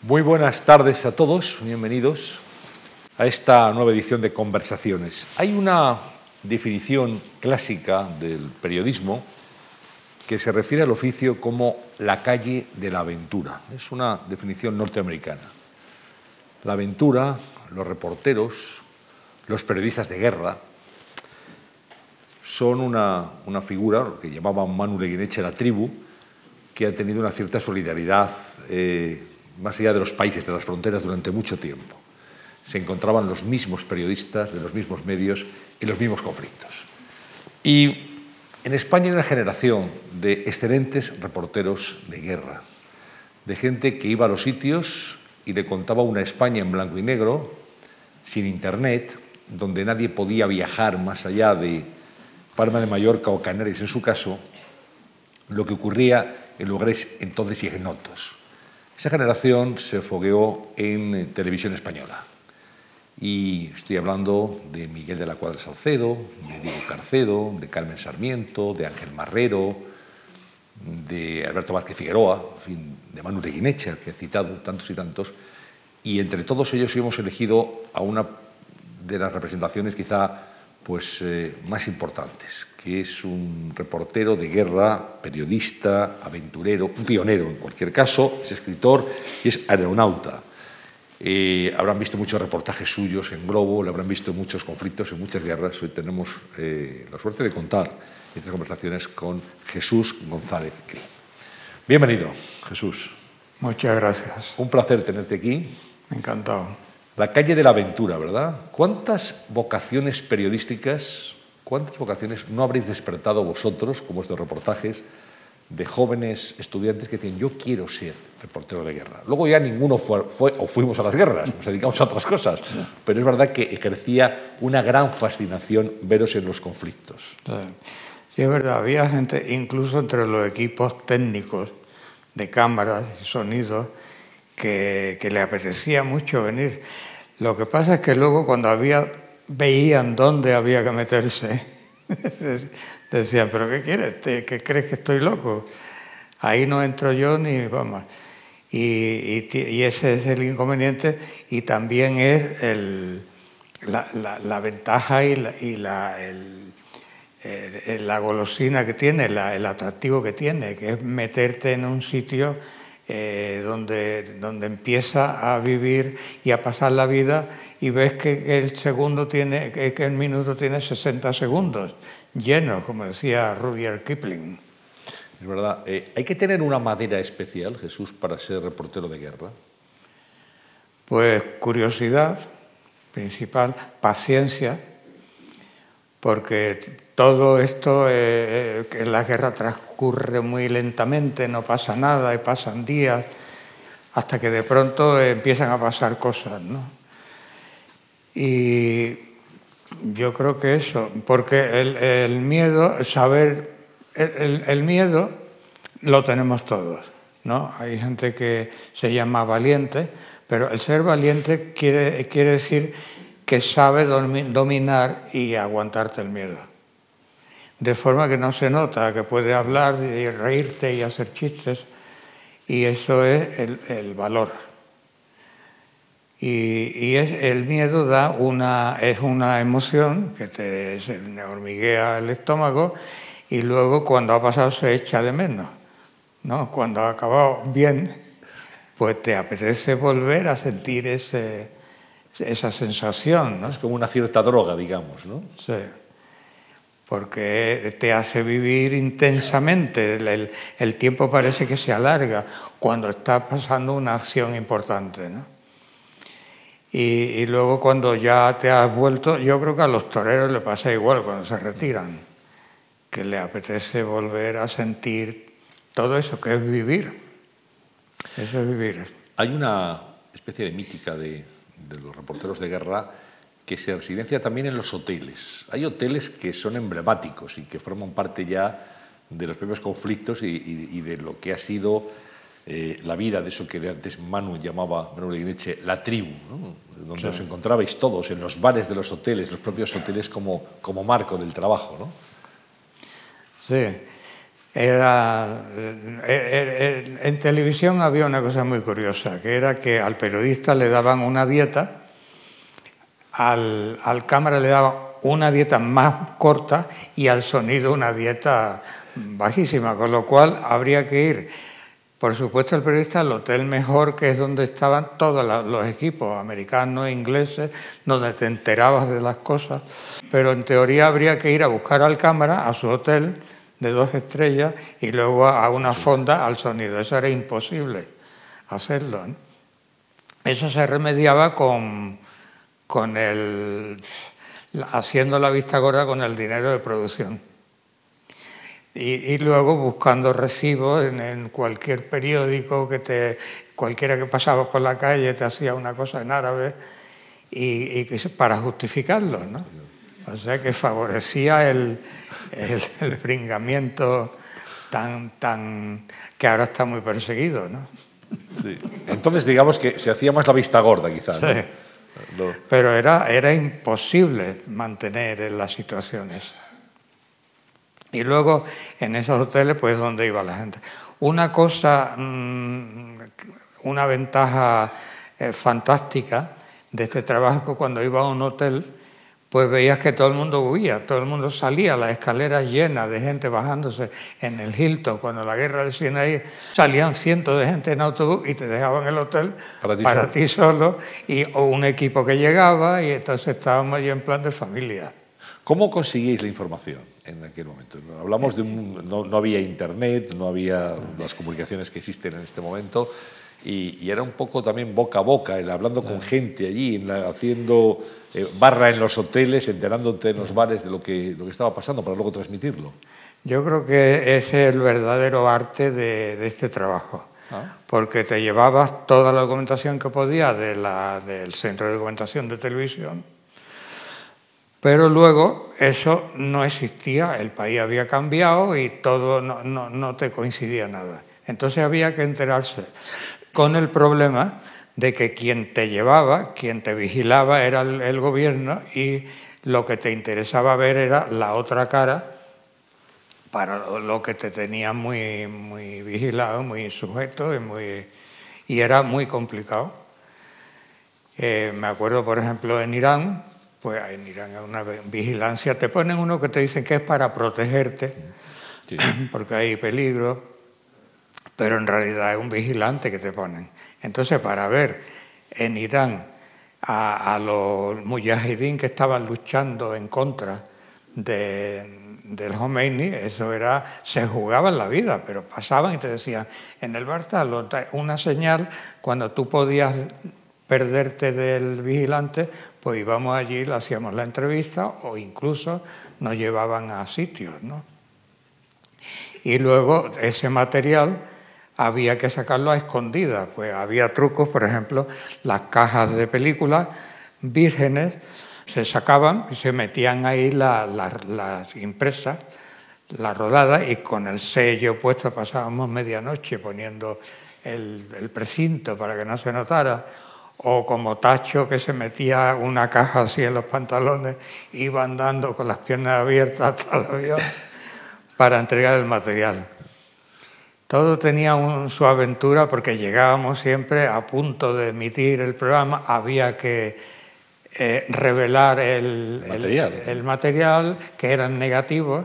Muy buenas tardes a todos, bienvenidos a esta nueva edición de Conversaciones. Hay una definición clásica del periodismo que se refiere al oficio como la calle de la aventura. Es una definición norteamericana. La aventura, los reporteros, los periodistas de guerra, son una figura, lo que llamaban Manu de Guineche la tribu, que ha tenido una cierta solidaridad más allá de los países, de las fronteras, durante mucho tiempo. Se encontraban los mismos periodistas de los mismos medios y los mismos conflictos. Y en España hay una generación de excelentes reporteros de guerra, de gente que iba a los sitios y le contaba una España en blanco y negro, sin internet, donde nadie podía viajar más allá de Palma de Mallorca o Canarias, en su caso, lo que ocurría en lugares entonces ignotos. Esa generación se fogueó en televisión española. Y estoy hablando de Miguel de la Cuadra Salcedo, de Diego Carcedo, de Carmen Sarmiento, de Ángel Marrero, de Alberto Vázquez Figueroa, en fin, de Manu de Guineche, al que he citado tantos y tantos. Y entre todos ellos hemos elegido a una de las representaciones quizá más importantes, que es un reportero de guerra, periodista, aventurero, un pionero en cualquier caso, es escritor y es aeronauta. Habrán visto muchos reportajes suyos en Globo, le habrán visto muchos conflictos en muchas guerras. Hoy tenemos la suerte de contar estas conversaciones con Jesús González Crin. Bienvenido, Jesús. Muchas gracias. Un placer tenerte aquí. Encantado. La calle de la aventura, ¿verdad? ¿Cuántas vocaciones periodísticas, cuántas vocaciones no habréis despertado vosotros, como estos reportajes, de jóvenes estudiantes que decían, yo quiero ser reportero de guerra? Luego ya ninguno fue o fuimos a las guerras, nos dedicamos a otras cosas, pero es verdad que ejercía una gran fascinación veros en los conflictos. Sí, es verdad, había gente, incluso entre los equipos técnicos de cámaras y sonidos, que le apetecía mucho venir. Lo que pasa es que luego cuando veían dónde había que meterse, decían, ¿pero qué quieres? ¿Qué crees que estoy loco? Ahí no entro yo ni vamos. Y ese es el inconveniente, y también es la ventaja y la golosina que tiene, el atractivo que tiene, que es meterte en un sitio donde empieza a vivir y a pasar la vida, y ves que el minuto tiene 60 segundos llenos, como decía Rudyard Kipling. Es verdad. ¿Hay que tener una madera especial, Jesús, para ser reportero de guerra? Pues curiosidad principal, paciencia, porque todo esto, que la guerra transcurre muy lentamente, no pasa nada y pasan días, hasta que de pronto empiezan a pasar cosas, ¿no? Y yo creo que eso, porque el miedo, el miedo lo tenemos todos, ¿no? Hay gente que se llama valiente, pero el ser valiente quiere decir que sabe dominar y aguantarte el miedo. De forma que no se nota, que puede hablar y reírte y hacer chistes, y eso es el valor. Y el miedo es una emoción que se hormiguea el estómago, y luego cuando ha pasado se echa de menos, ¿no? Cuando ha acabado bien, pues te apetece volver a sentir esa sensación, ¿no? Es como una cierta droga, digamos, ¿no? Sí, porque te hace vivir intensamente. El tiempo parece que se alarga cuando está pasando una acción importante, ¿no? Y luego cuando ya te has vuelto, yo creo que a los toreros les pasa igual cuando se retiran, que les apetece volver a sentir todo eso, que es vivir. Eso es vivir. Hay una especie de mítica de los reporteros de guerra que se residencia también en los hoteles. Hay hoteles que son emblemáticos y que forman parte ya de los propios conflictos y de lo que ha sido la vida de eso que antes Manu de Guineche, la tribu, ¿no? Donde os encontrabais todos, en los bares de los hoteles, los propios hoteles como marco del trabajo, ¿no? Sí. En televisión había una cosa muy curiosa, que era que al periodista le daban una dieta, al cámara le daban una dieta más corta y al sonido una dieta bajísima, con lo cual habría que ir, por supuesto, el periodista al hotel mejor, que es donde estaban todos los equipos, americanos, ingleses, donde te enterabas de las cosas, pero en teoría habría que ir a buscar al cámara a su hotel de 2 estrellas y luego a una fonda al sonido. Eso era imposible hacerlo, ¿no? Eso se remediaba haciendo la vista gorda con el dinero de producción. Y luego buscando recibos en cualquier periódico, cualquiera que pasaba por la calle te hacía una cosa en árabe para justificarlo, ¿no? O sea que favorecía el pringamiento que ahora está muy perseguido, ¿no? Sí. Entonces digamos que se hacía más la vista gorda, quizás, ¿no? Sí. Pero era imposible mantener las situaciones. Y luego en esos hoteles, pues, ¿dónde iba la gente? Una cosa, una ventaja fantástica de este trabajo, cuando iba a un hotel, pues veías que todo el mundo huía, todo el mundo salía, las escaleras llenas de gente bajándose. En el Hilton, cuando la guerra del Sinaí, salían cientos de gente en autobús y te dejaban el hotel para ti solo, o un equipo que llegaba, y entonces estábamos allí en plan de familia. ¿Cómo conseguíais la información en aquel momento? Hablamos de no había internet, no había las comunicaciones que existen en este momento, y era un poco también boca a boca, hablando con gente allí, haciendo barra en los hoteles, enterándote en los bares de lo que estaba pasando para luego transmitirlo. Yo creo que ese es el verdadero arte de este trabajo, porque te llevabas toda la documentación que podías del Centro de Documentación de Televisión, pero luego eso no existía, el país había cambiado y todo no te coincidía nada. Entonces había que enterarse, con el problema de que quien te llevaba, quien te vigilaba era el gobierno, y lo que te interesaba ver era la otra cara, para lo que te tenía muy, muy vigilado, muy sujeto, y era muy complicado. Me acuerdo, por ejemplo, en Irán, pues en Irán hay una vigilancia, te ponen uno que te dicen que es para protegerte, sí, porque hay peligro, pero en realidad es un vigilante que te ponen. Entonces, para ver en Irán a los mujahidín que estaban luchando en contra del Khomeini, se jugaban la vida, pero pasaban y te decían, en el Bartal, una señal, cuando tú podías perderte del vigilante, pues íbamos allí, le hacíamos la entrevista, o incluso nos llevaban a sitios, ¿no? Y luego ese material había que sacarlo a escondidas, pues había trucos, por ejemplo, las cajas de películas vírgenes se sacaban y se metían ahí las impresas, las rodadas, y con el sello puesto pasábamos medianoche poniendo el precinto para que no se notara, o como Tacho, que se metía una caja así en los pantalones, iba andando con las piernas abiertas hasta el avión para entregar el material. Todo tenía su aventura, porque llegábamos siempre a punto de emitir el programa, había que revelar el material, que eran negativos,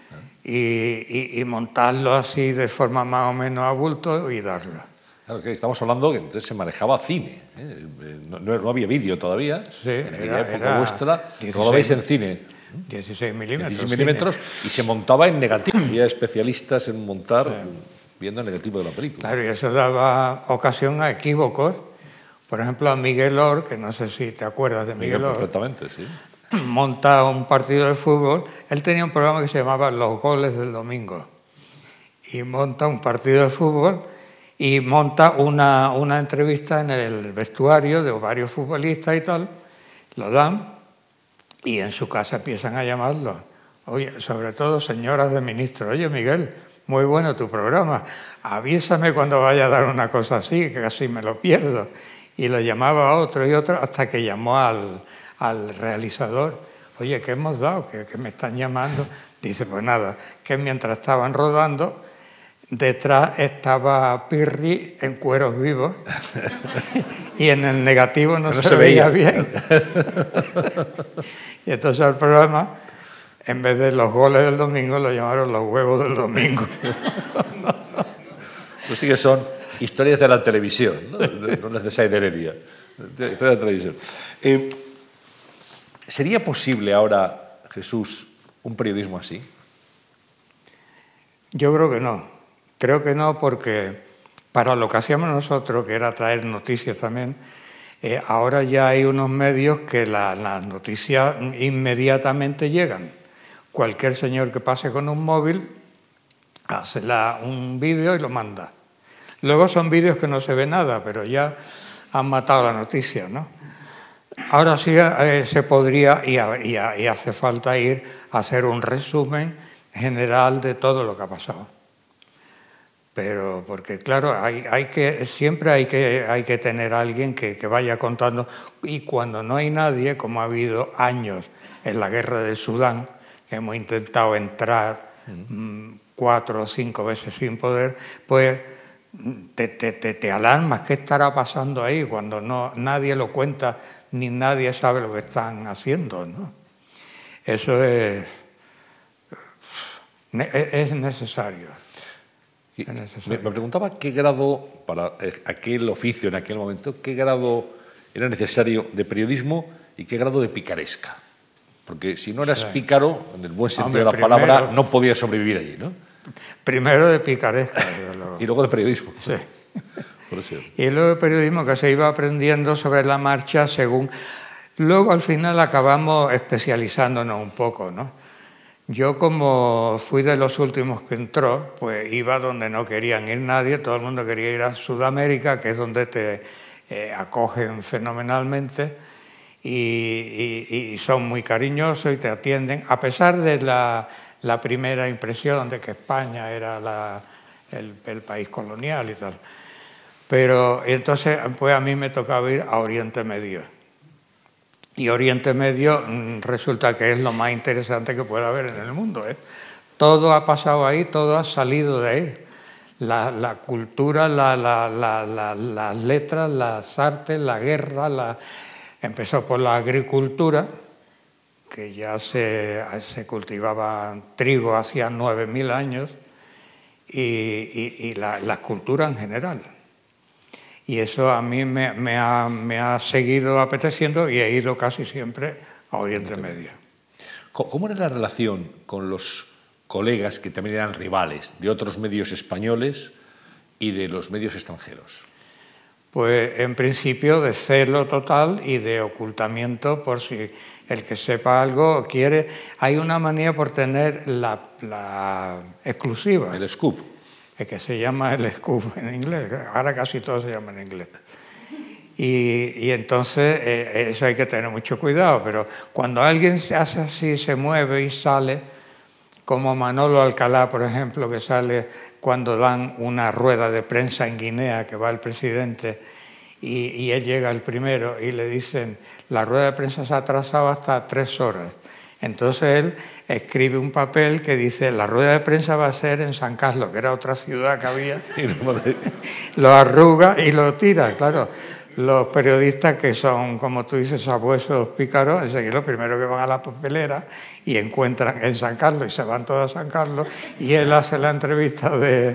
y montarlo así de forma más o menos a bulto y darlo. Claro, que estamos hablando que entonces se manejaba cine, no había vídeo todavía, sí, en la época vuestra, todo lo veis en cine. 16 milímetros. 16 milímetros, y se montaba en negativo. Había especialistas en montar viendo el negativo de la película. Claro, y eso daba ocasión a equívocos. Por ejemplo, a Miguel Or, que no sé si te acuerdas de Miguel Or. Perfectamente, sí. Monta un partido de fútbol. Él tenía un programa que se llamaba Los Goles del Domingo. Y monta un partido de fútbol y monta una entrevista en el vestuario de varios futbolistas y tal. Lo dan y en su casa empiezan a llamarlo. Oye, sobre todo señoras de ministros. Oye, Miguel, muy bueno tu programa. Avísame cuando vaya a dar una cosa así, que casi me lo pierdo. Y lo llamaba a otro y otro, hasta que llamó al realizador. Oye, ¿qué hemos dado? ¿Qué me están llamando? Dice, pues nada, que mientras estaban rodando, detrás estaba Pirri en cueros vivos y en el negativo no se veía bien. Y entonces el programa, en vez de los goles del domingo, lo llamaron los huevos del domingo. Pues sí que son historias de la televisión, no las de Said Heredia. Historias de la televisión. ¿Sería posible ahora, Jesús, un periodismo así? Yo creo que no. Creo que no, porque para lo que hacíamos nosotros, que era traer noticias también, ahora ya hay unos medios que las noticias inmediatamente llegan. Cualquier señor que pase con un móvil hace un vídeo y lo manda. Luego son vídeos que no se ve nada, pero ya han matado la noticia, ¿no? Ahora sí se podría y hace falta ir a hacer un resumen general de todo lo que ha pasado. Pero porque claro, siempre hay que tener a alguien que vaya contando, y cuando no hay nadie, como ha habido años en la guerra del Sudán, que hemos intentado entrar 4 o 5 veces sin poder, pues te alarmas. ¿Qué estará pasando ahí cuando nadie lo cuenta ni nadie sabe lo que están haciendo, ¿no? Eso es necesario. Me preguntaba qué grado, para aquel oficio en aquel momento, qué grado era necesario de periodismo y qué grado de picaresca. Porque si no eras pícaro, en el buen sentido de la palabra, no podías sobrevivir allí, ¿no? Primero de picaresca. Y luego de periodismo. Sí. Por eso. Y luego de periodismo, que se iba aprendiendo sobre la marcha según... Luego al final acabamos especializándonos un poco, ¿no? Yo, como fui de los últimos que entró, pues iba donde no querían ir nadie, todo el mundo quería ir a Sudamérica, que es donde te acogen fenomenalmente y son muy cariñosos y te atienden, a pesar de la primera impresión de que España era el país colonial y tal. Pero entonces, pues a mí me tocaba ir a Oriente Medio. Y Oriente Medio resulta que es lo más interesante que puede haber en el mundo, ¿eh? Todo ha pasado ahí, todo ha salido de ahí. La cultura, las letras, las artes, la guerra, empezó por la agricultura, que ya se cultivaba trigo hacía 9.000 años, y la cultura en general. Y eso a mí me ha seguido apeteciendo y he ido casi siempre a Oriente Medio. ¿Cómo era la relación con los colegas que también eran rivales de otros medios españoles y de los medios extranjeros? Pues en principio de celo total y de ocultamiento, por si el que sepa algo quiere. Hay una manía por tener la exclusiva. El scoop. Que se llama el scoop en inglés. Ahora casi todo se llama en inglés. Y entonces eso hay que tener mucho cuidado. Pero cuando alguien se hace así, se mueve y sale, como Manolo Alcalá, por ejemplo, que sale cuando dan una rueda de prensa en Guinea, que va el presidente, y él llega el primero y le dicen, la rueda de prensa se ha atrasado hasta 3 horas. Entonces él escribe un papel que dice, la rueda de prensa va a ser en San Carlos, que era otra ciudad que había. Lo arruga y lo tira, claro. Los periodistas que son, como tú dices, sabuesos pícaros, enseguida lo primero que van a la papelera y encuentran en San Carlos y se van todos a San Carlos y él hace la entrevista de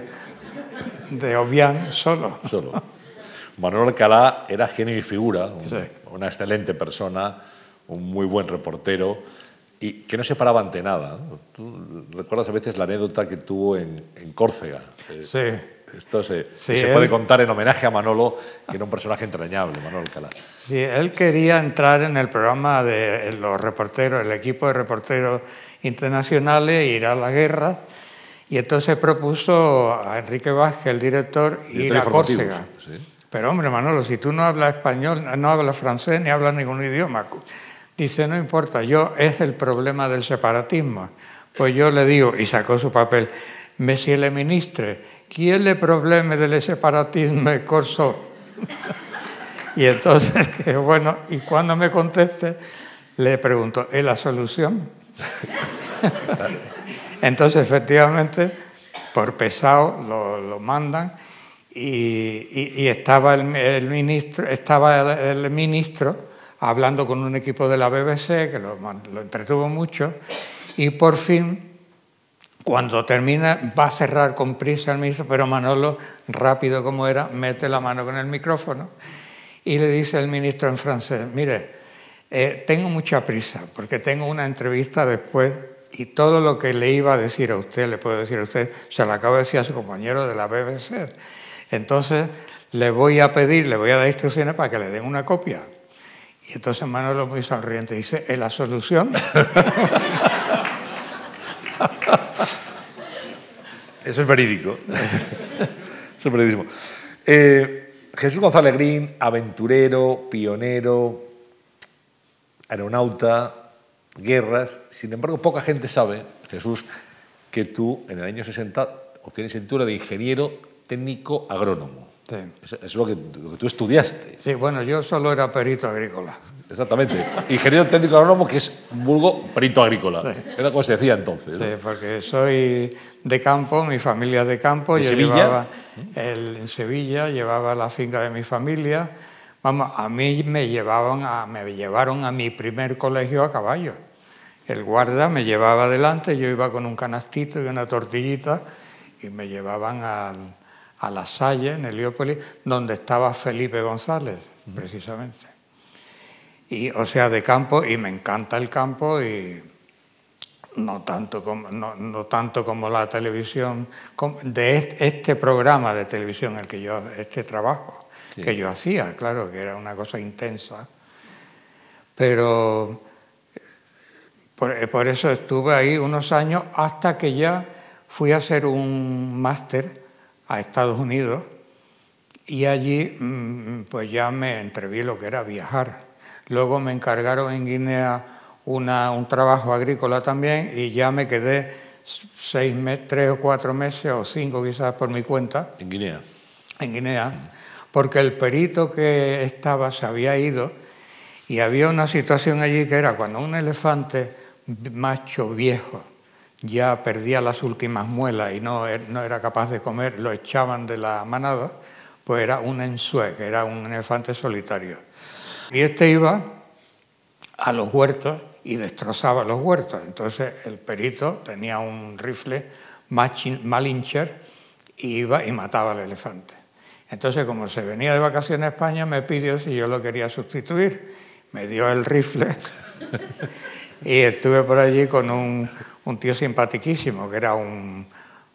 Obiang solo. Manolo Alcalá era genio y figura, sí. Una excelente persona, un muy buen reportero, y que no se paraba ante nada, ¿no? Tú recuerdas a veces la anécdota que tuvo en Córcega. Sí. Esto se puede contar en homenaje a Manolo, que era un personaje entrañable, Manolo Alcalá. Sí, él quería entrar en el programa de los reporteros, el equipo de reporteros internacionales, ir a la guerra, y entonces propuso a Enrique Vázquez, el director, ir a Córcega. Sí. Pero hombre, Manolo, si tú no hablas español, no hablas francés, ni hablas ningún idioma... Dice, no importa, es el problema del separatismo. Pues yo le digo, y sacó su papel, Monsieur le ministre, ¿qui est le problème del separatisme corso? Y entonces, bueno, y cuando me conteste, le pregunto, ¿es la solución? Entonces, efectivamente, por pesado lo mandan y estaba el ministro hablando con un equipo de la BBC que lo entretuvo mucho y por fin, cuando termina, va a cerrar con prisa el ministro, pero Manolo, rápido como era, mete la mano con el micrófono y le dice al ministro en francés, mire, tengo mucha prisa porque tengo una entrevista después y todo lo que le iba a decir a usted, le puedo decir a usted, se lo acabo de decir a su compañero de la BBC. Entonces le voy a dar instrucciones para que le den una copia. Y entonces Manolo, muy sonriente, dice, ¿es la solución? Eso es verídico. Eso es verídico. Jesús González Green, aventurero, pionero, aeronauta, guerras. Sin embargo, poca gente sabe, Jesús, que tú en el año 60 obtienes el título de ingeniero técnico agrónomo. Sí. Eso es lo que tú estudiaste. Sí, bueno, yo solo era perito agrícola. Exactamente. Ingeniero técnico agrónomo, que es vulgo perito agrícola. Sí. Era como se decía entonces, ¿no? Sí, porque soy de campo, mi familia es de campo. ¿De yo Sevilla? En Sevilla, llevaba la finca de mi familia. Vamos, a mí me llevaron a mi primer colegio a caballo. El guarda me llevaba adelante, yo iba con un canastito y una tortillita y me llevaban a La Salle, en Heliópolis, donde estaba Felipe González, precisamente. Y, o sea, de campo, y me encanta el campo, y no tanto como la televisión, de este programa de televisión, este trabajo sí, que yo hacía, claro, que era una cosa intensa. Pero por eso estuve ahí unos años, hasta que ya fui a hacer un máster a Estados Unidos, y allí pues ya me entreví lo que era viajar. Luego me encargaron en Guinea un trabajo agrícola también y ya me quedé 3 o 4 meses o 5 quizás por mi cuenta. ¿En Guinea? En Guinea, porque el perito que estaba se había ido y había una situación allí que era cuando un elefante macho viejo ya perdía las últimas muelas y no era capaz de comer, lo echaban de la manada, pues era un ensue, que era un elefante solitario. Y este iba a los huertos y destrozaba los huertos. Entonces el perito tenía un rifle Malincher y iba y mataba al elefante. Entonces, como se venía de vacaciones a España, me pidió si yo lo quería sustituir. Me dio el rifle y estuve por allí con un tío simpaticísimo, que era un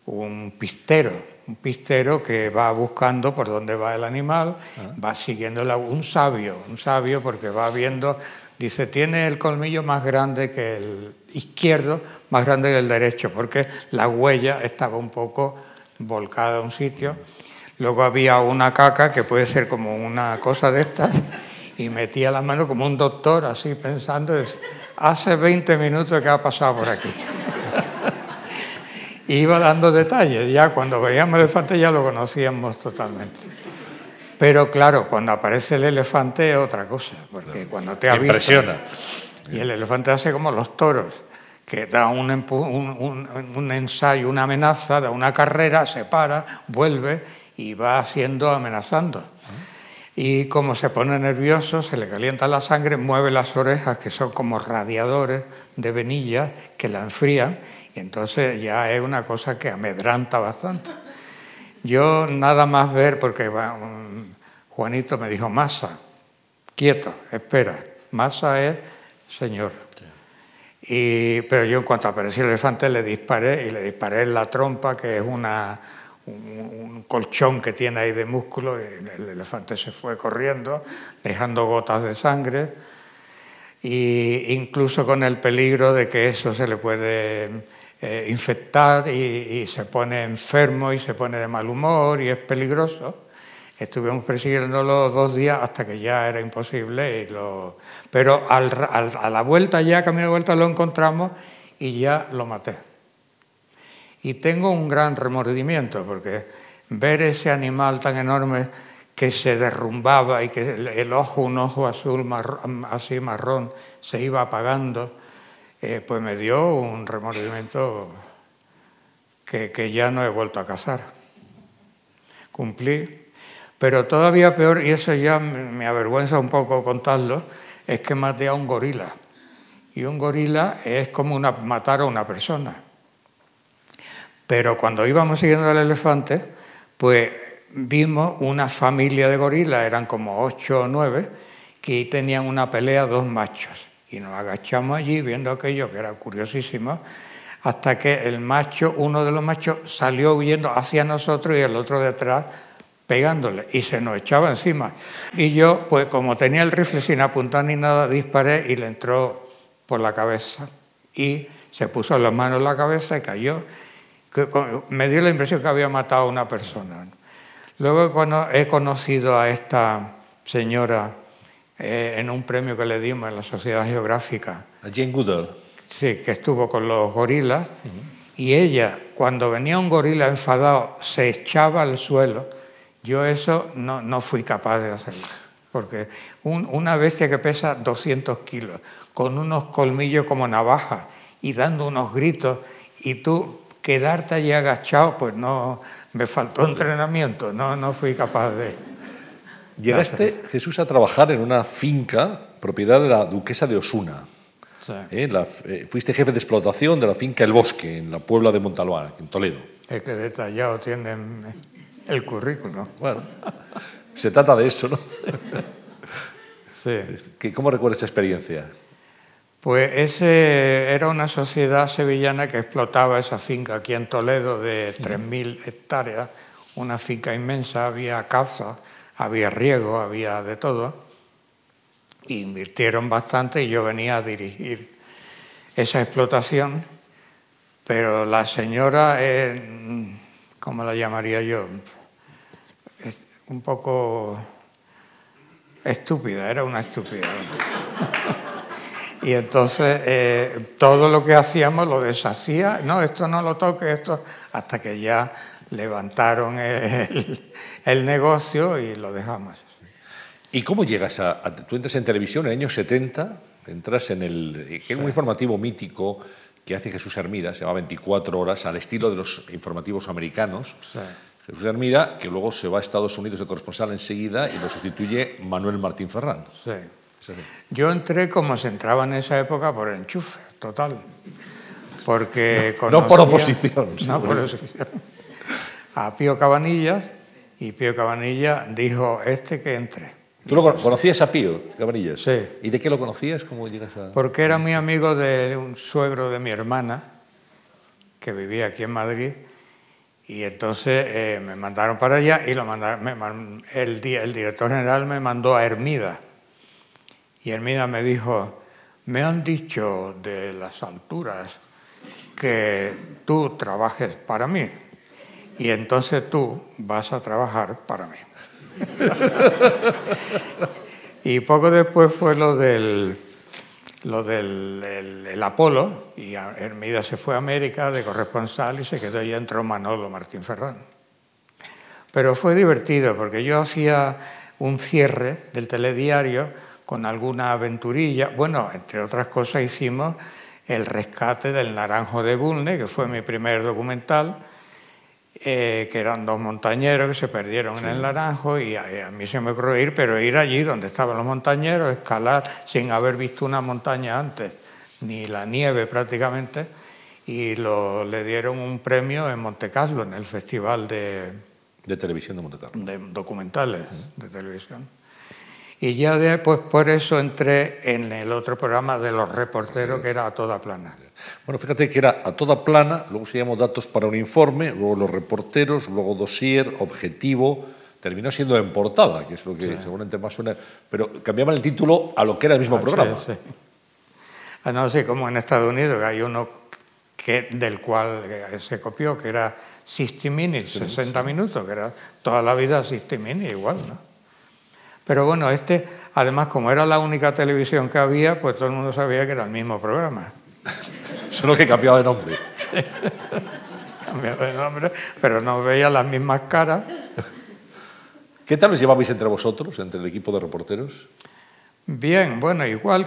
pistero que va buscando por dónde va el animal, va siguiendo un sabio porque va viendo, dice, tiene el colmillo más grande que el izquierdo, más grande que el derecho, porque la huella estaba un poco volcada a un sitio. Luego había una caca que puede ser como una cosa de estas y metía la mano como un doctor así pensando, hace 20 minutos que ha pasado por aquí. Y iba dando detalles, ya cuando veíamos el elefante ya lo conocíamos totalmente. Pero claro, cuando aparece el elefante es otra cosa, porque cuando te avisa... Impresiona. Y el elefante hace como los toros, que da un ensayo, una amenaza, da una carrera, se para, vuelve y va amenazando. Y como se pone nervioso, se le calienta la sangre, mueve las orejas, que son como radiadores de venillas que la enfrían, y entonces ya es una cosa que amedranta bastante. Yo nada más ver, porque Juanito me dijo, Masa, quieto, espera, Masa es señor. Pero yo en cuanto apareció el elefante le disparé en la trompa, que es un colchón que tiene ahí de músculo, y el elefante se fue corriendo, dejando gotas de sangre, e incluso con el peligro de que eso se le puede infectar y se pone enfermo y se pone de mal humor y es peligroso. Estuvimos persiguiéndolo 2 días hasta que ya era imposible. Pero a la vuelta ya, camino de vuelta, lo encontramos y ya lo maté. Y tengo un gran remordimiento porque ver ese animal tan enorme que se derrumbaba y que un ojo azul así marrón se iba apagando, pues me dio un remordimiento que ya no he vuelto a cazar. Cumplí. Pero todavía peor, y eso ya me avergüenza un poco contarlo, es que maté a un gorila. Y un gorila es como matar a una persona. Pero cuando íbamos siguiendo al elefante, pues vimos una familia de gorilas, eran como 8 o 9, que tenían una pelea 2 machos. Y nos agachamos allí viendo aquello, que era curiosísimo, hasta que el macho, uno de los machos, salió huyendo hacia nosotros y el otro detrás pegándole, y se nos echaba encima. Y yo, pues como tenía el rifle sin apuntar ni nada, disparé y le entró por la cabeza. Y se puso las manos en la cabeza y cayó. Me dio la impresión que había matado a una persona. Luego cuando he conocido a esta señora en un premio que le dimos en la Sociedad Geográfica. A Jane Goodall. Sí, que estuvo con los gorilas. Y ella, cuando venía un gorila enfadado, se echaba al suelo. Yo eso no fui capaz de hacerlo. Porque una bestia que pesa 200 kilos, con unos colmillos como navaja y dando unos gritos, y tú quedarte allí agachado, pues no, me faltó entrenamiento, no fui capaz de... Llegaste, Jesús, a trabajar en una finca, propiedad de la duquesa de Osuna. Sí. Fuiste jefe de explotación de la finca El Bosque, en la Puebla de Montalbán, en Toledo. Es que detallado tienen el currículum. Bueno, se trata de eso, ¿no? Sí. ¿Cómo recuerdas esa experiencia? Pues era una sociedad sevillana que explotaba esa finca aquí en Toledo de 3.000 hectáreas, una finca inmensa, había caza, había riego, había de todo. Invirtieron bastante y yo venía a dirigir esa explotación, pero la señora, ¿cómo la llamaría yo? Un poco estúpida, era una estúpida. Y entonces todo lo que hacíamos lo deshacía, no, esto no lo toque, esto, hasta que ya levantaron el negocio y lo dejamos. ¿Y cómo llegas tú entras en televisión en el año 70, entras en que es un informativo mítico que hace Jesús Hermida, se llama 24 horas, al estilo de los informativos americanos. Sí. Jesús Hermida, que luego se va a Estados Unidos de corresponsal enseguida y lo sustituye Manuel Martín Ferrán. Sí. Yo entré como se entraba en esa época por enchufe, total. Porque no por oposición. No por oposición. A Pío Cabanillas, y Pío Cabanillas dijo, que entre. ¿Tú lo conocías a Pío Cabanillas? Sí. ¿Y de qué lo conocías? ¿Cómo llegas a...? Porque era muy amigo de un suegro de mi hermana, que vivía aquí en Madrid, y entonces me mandaron para allá y el director general me mandó a Hermida. Y Hermida me dijo, me han dicho de las alturas que tú trabajes para mí y entonces tú vas a trabajar para mí. Y poco después fue lo del Apolo, y Hermida se fue a América de corresponsal y se quedó y entró Manolo Martín Ferrán. Pero fue divertido porque yo hacía un cierre del telediario con alguna aventurilla. Bueno, entre otras cosas hicimos el rescate del Naranjo de Bulnes, que fue mi primer documental, que eran 2 montañeros que se perdieron en el Naranjo y a mí se me ocurrió ir, pero ir allí donde estaban los montañeros, escalar sin haber visto una montaña antes, ni la nieve prácticamente, y le dieron un premio en Montecarlo, en el Festival de televisión de Montecarlo. De documentales de televisión. Y ya después por eso entré en el otro programa de los reporteros, que era A Toda Plana. Bueno, fíjate que era A Toda Plana, luego se llamó Datos para un Informe, luego Los Reporteros, luego Dossier, Objetivo, terminó siendo En Portada, que es lo que seguramente más suena, pero cambiaban el título a lo que era el mismo programa. Sí. No sé, como en Estados Unidos, que hay uno del cual se copió, que era 60 Minutes, 60 minutos, que era toda la vida 60 Minutes, igual, ¿no? Pero bueno, además, como era la única televisión que había, pues todo el mundo sabía que era el mismo programa. Solo que cambiaba de nombre. Cambiaba de nombre, pero no veía las mismas caras. ¿Qué tal os llevabais entre vosotros, entre el equipo de reporteros? Bien, bueno, igual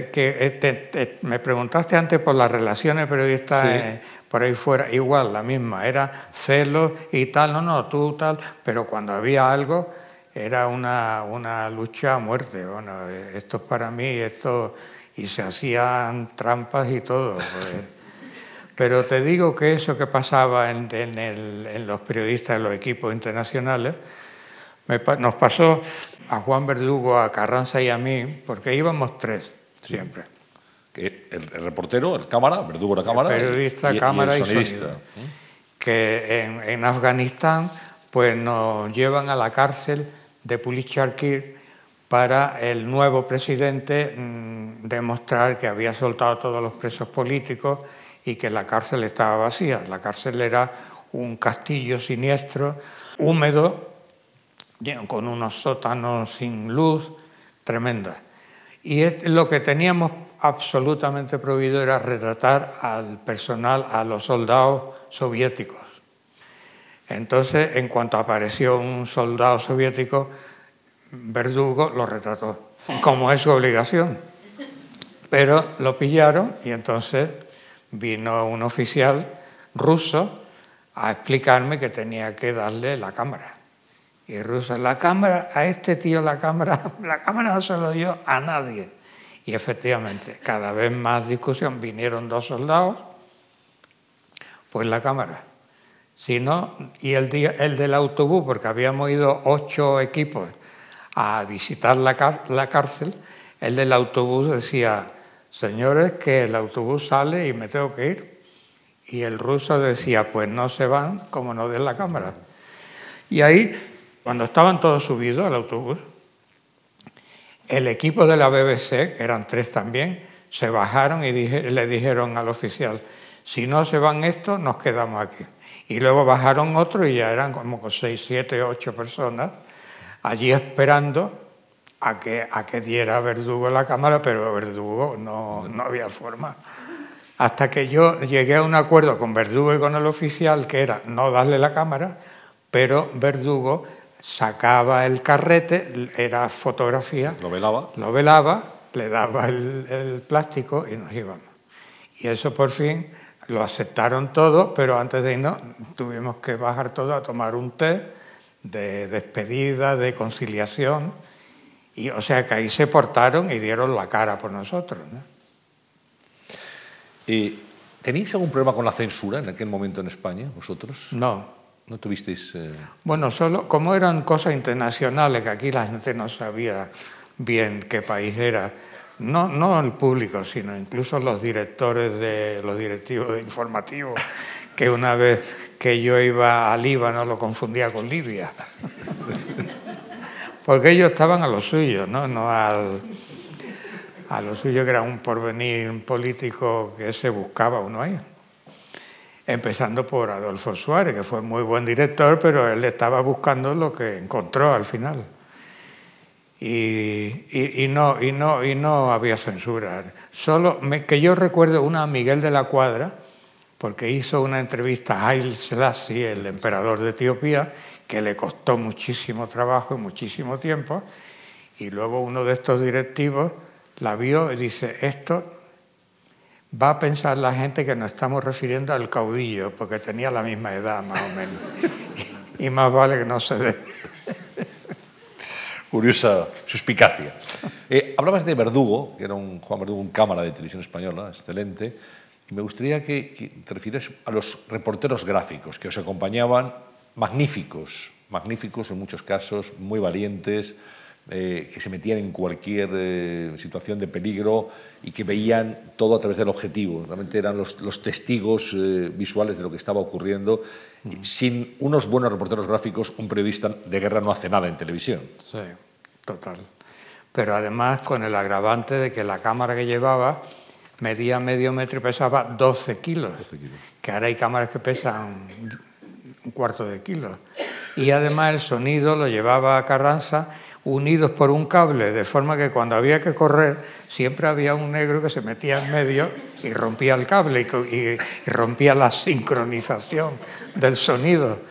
que me preguntaste antes por las relaciones periodistas por ahí fuera, igual, la misma, era celos y tal, no, tú tal, pero cuando había algo era una lucha a muerte, bueno, esto es para mí, esto, y se hacían trampas y todo, pues. Pero te digo que eso que pasaba en los periodistas, en los equipos internacionales, nos pasó a Juan Verdugo, a Carranza y a mí, porque íbamos tres siempre. Que el reportero, el cámara, Verdugo la cámara, el periodista, cámara y sonido. Que en Afganistán pues nos llevan a la cárcel de Pulichkir para el nuevo presidente demostrar que había soltado a todos los presos políticos y que la cárcel estaba vacía. La cárcel era un castillo siniestro, húmedo, con unos sótanos sin luz, tremenda. Y lo que teníamos absolutamente prohibido era retratar al personal, a los soldados soviéticos. Entonces, en cuanto apareció un soldado soviético, Verdugo lo retrató, como es su obligación. Pero lo pillaron y entonces vino un oficial ruso a explicarme que tenía que darle la cámara. Y ruso, la cámara, a este tío la cámara no se lo dio a nadie. Y efectivamente, cada vez más discusión, vinieron dos soldados, pues la cámara. Si no, y el del autobús, porque habíamos ido 8 equipos a visitar la cárcel, el del autobús decía, señores, que el autobús sale y me tengo que ir. Y el ruso decía, pues no se van como no den la cámara. Y ahí, cuando estaban todos subidos al autobús, el equipo de la BBC, que eran 3 también, se bajaron y le dijeron al oficial, si no se van estos, nos quedamos aquí. Y luego bajaron otros y ya eran como 6, 7, 8 personas allí esperando a que diera Verdugo la cámara, pero Verdugo no había forma. Hasta que yo llegué a un acuerdo con Verdugo y con el oficial, que era no darle la cámara, pero Verdugo sacaba el carrete, era fotografía, lo velaba, le daba el plástico y nos íbamos. Y eso por fin lo aceptaron todos, pero antes de irnos tuvimos que bajar todos a tomar un té de despedida, de conciliación, y o sea que ahí se portaron y dieron la cara por nosotros, ¿no? ¿Tenéis algún problema con la censura en aquel momento en España, vosotros? No. ¿No tuvisteis...? Bueno, solo como eran cosas internacionales, que aquí la gente no sabía bien qué país era, no el público, sino incluso los directivos de informativos, que una vez que yo iba a Líbano lo confundía con Libia. Porque ellos estaban a lo suyo, no a lo suyo, que era un porvenir político que se buscaba uno ahí. Empezando por Adolfo Suárez, que fue muy buen director, pero él estaba buscando lo que encontró al final. Y no había censura. Solo que yo recuerdo una a Miguel de la Cuadra, porque hizo una entrevista a Haile Selassie, el emperador de Etiopía, que le costó muchísimo trabajo y muchísimo tiempo, y luego uno de estos directivos la vio y dice, esto va a pensar la gente que nos estamos refiriendo al caudillo, porque tenía la misma edad más o menos, y más vale que no se dé. Curiosa suspicacia. Hablabas de Verdugo, que era Juan Verdugo, un cámara de televisión española, excelente, y me gustaría que te refieras a los reporteros gráficos que os acompañaban, magníficos en muchos casos, muy valientes, que se metían en cualquier situación de peligro y que veían todo a través del objetivo. Realmente eran los testigos visuales de lo que estaba ocurriendo. Sin unos buenos reporteros gráficos, un periodista de guerra no hace nada en televisión. Sí, total. Pero además con el agravante de que la cámara que llevaba medía medio metro y pesaba 12 kilos. Que ahora hay cámaras que pesan un cuarto de kilo. Y además el sonido lo llevaba a Carranza unidos por un cable, de forma que cuando había que correr siempre había un negro que se metía en medio y rompía el cable y rompía la sincronización del sonido.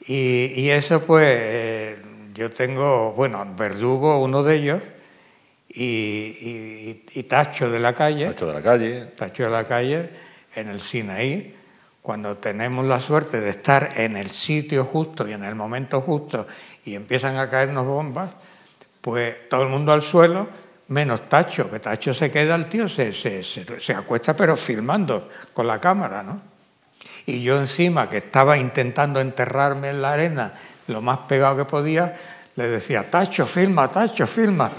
Y eso pues yo tengo, bueno, Verdugo, uno de ellos, y Tacho de la Calle. Tacho de la Calle. Tacho de la Calle en el Sinaí. Cuando tenemos la suerte de estar en el sitio justo y en el momento justo y empiezan a caernos bombas, pues todo el mundo al suelo, menos Tacho, que Tacho se queda, el tío se acuesta pero filmando con la cámara, ¿no? Y yo encima, que estaba intentando enterrarme en la arena lo más pegado que podía, le decía, Tacho, filma, Tacho, filma.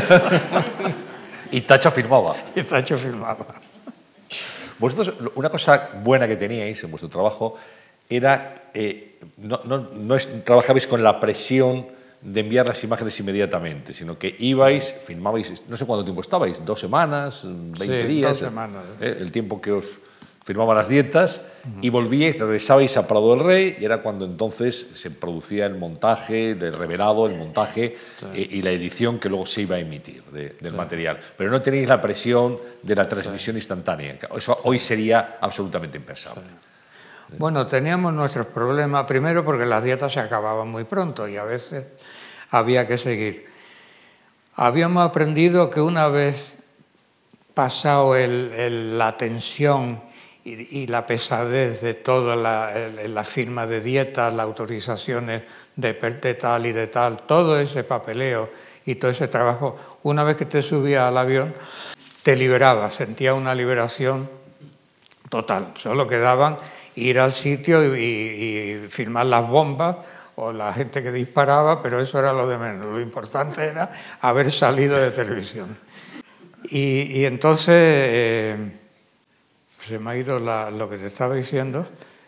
Y Tacho filmaba. Y Tacho filmaba. Vosotros, una cosa buena que teníais en vuestro trabajo era, no trabajabais con la presión de enviar las imágenes inmediatamente, sino que ibais, filmabais, no sé cuánto tiempo estabais, 2 semanas, 20 días. 2 semanas. El tiempo que os firmaban las dietas, y volvíais, regresabais a Prado del Rey, y era cuando entonces se producía el montaje, el revelado, el montaje y la edición que luego se iba a emitir del material. Pero no tenéis la presión de la transmisión instantánea. Eso hoy sería absolutamente impensable. Bueno, teníamos nuestros problemas, primero porque las dietas se acababan muy pronto y a veces había que seguir. Habíamos aprendido que una vez pasado la tensión y la pesadez de toda la firma de dietas, las autorizaciones de tal y de tal, todo ese papeleo y todo ese trabajo, una vez que te subías al avión, te liberabas, sentías una liberación total. Solo quedaban ir al sitio y filmar las bombas o la gente que disparaba, pero eso era lo de menos. Lo importante era haber salido de televisión. Y entonces se me ha ido lo que te estaba diciendo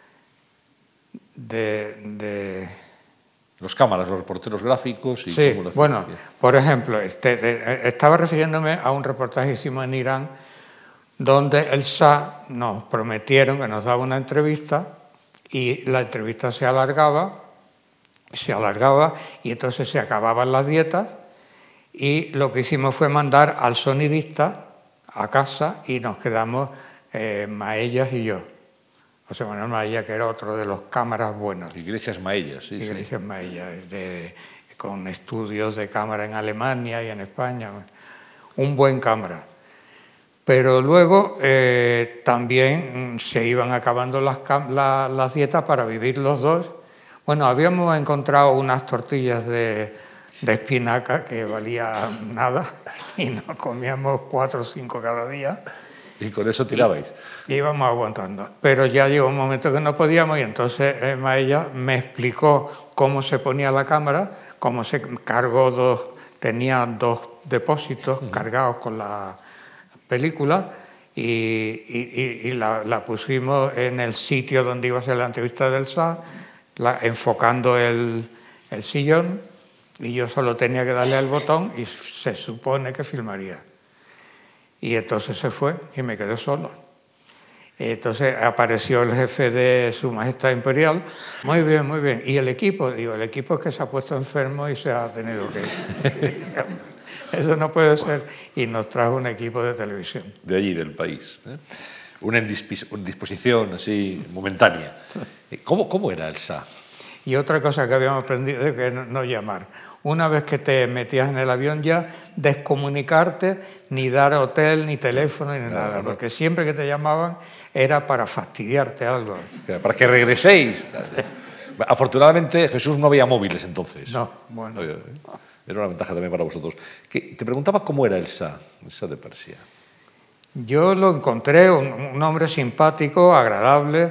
de los cámaras, los reporteros gráficos. Y sí, cómo bueno, por ejemplo, estaba refiriéndome a un reportaje que hicimos en Irán donde el Shah nos prometieron que nos daba una entrevista y la entrevista se alargaba y entonces se acababan las dietas y lo que hicimos fue mandar al sonidista a casa y nos quedamos Maellas y yo. José Manuel Maellas, que era otro de los cámaras buenos. Iglesias Maellas, sí. Iglesias Maellas, con estudios de cámara en Alemania y en España. Un buen cámara. Pero luego también se iban acabando las dietas para vivir los dos. Bueno, habíamos encontrado unas tortillas de espinaca que valía nada y nos comíamos 4 o 5 cada día. ¿Y con eso tirabais? Y íbamos aguantando. Pero ya llegó un momento que no podíamos y entonces Maella me explicó cómo se ponía la cámara, cómo se cargó tenía 2 depósitos cargados con la película y la pusimos en el sitio donde iba a ser la entrevista del Shah, enfocando el sillón y yo solo tenía que darle al botón y se supone que filmaría. Y entonces se fue y me quedé solo. Entonces apareció el jefe de Su Majestad Imperial. Muy bien, muy bien. ¿Y el equipo? Digo, el equipo es que se ha puesto enfermo y se ha tenido que ir. Eso no puede ser. Y nos trajo un equipo de televisión. De allí, del país. Una indisposición así momentánea. ¿Cómo era el Shah? Y otra cosa que habíamos aprendido es que no llamar. Una vez que te metías en el avión ya, descomunicarte, ni dar hotel, ni teléfono, ni nada. Porque siempre que te llamaban era para fastidiarte algo. Para que regreséis. Afortunadamente Jesús no había móviles entonces. No, bueno. Era una ventaja también para vosotros. Te preguntaba cómo era el Shah de Persia. Yo lo encontré un hombre simpático, agradable,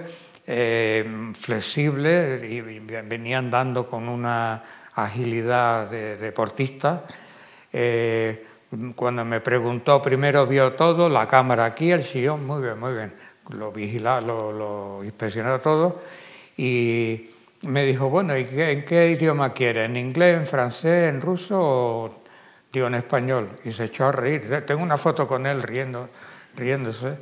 flexible, y venía andando con una agilidad de deportista. Cuando me preguntó, primero vio todo, la cámara aquí, el sillón, muy bien, muy bien. Lo vigilaba, lo inspeccionaba todo y me dijo, bueno, ¿y en qué idioma quiere? ¿En inglés, en francés, en ruso o digo, en español? Y se echó a reír. Tengo una foto con él riéndose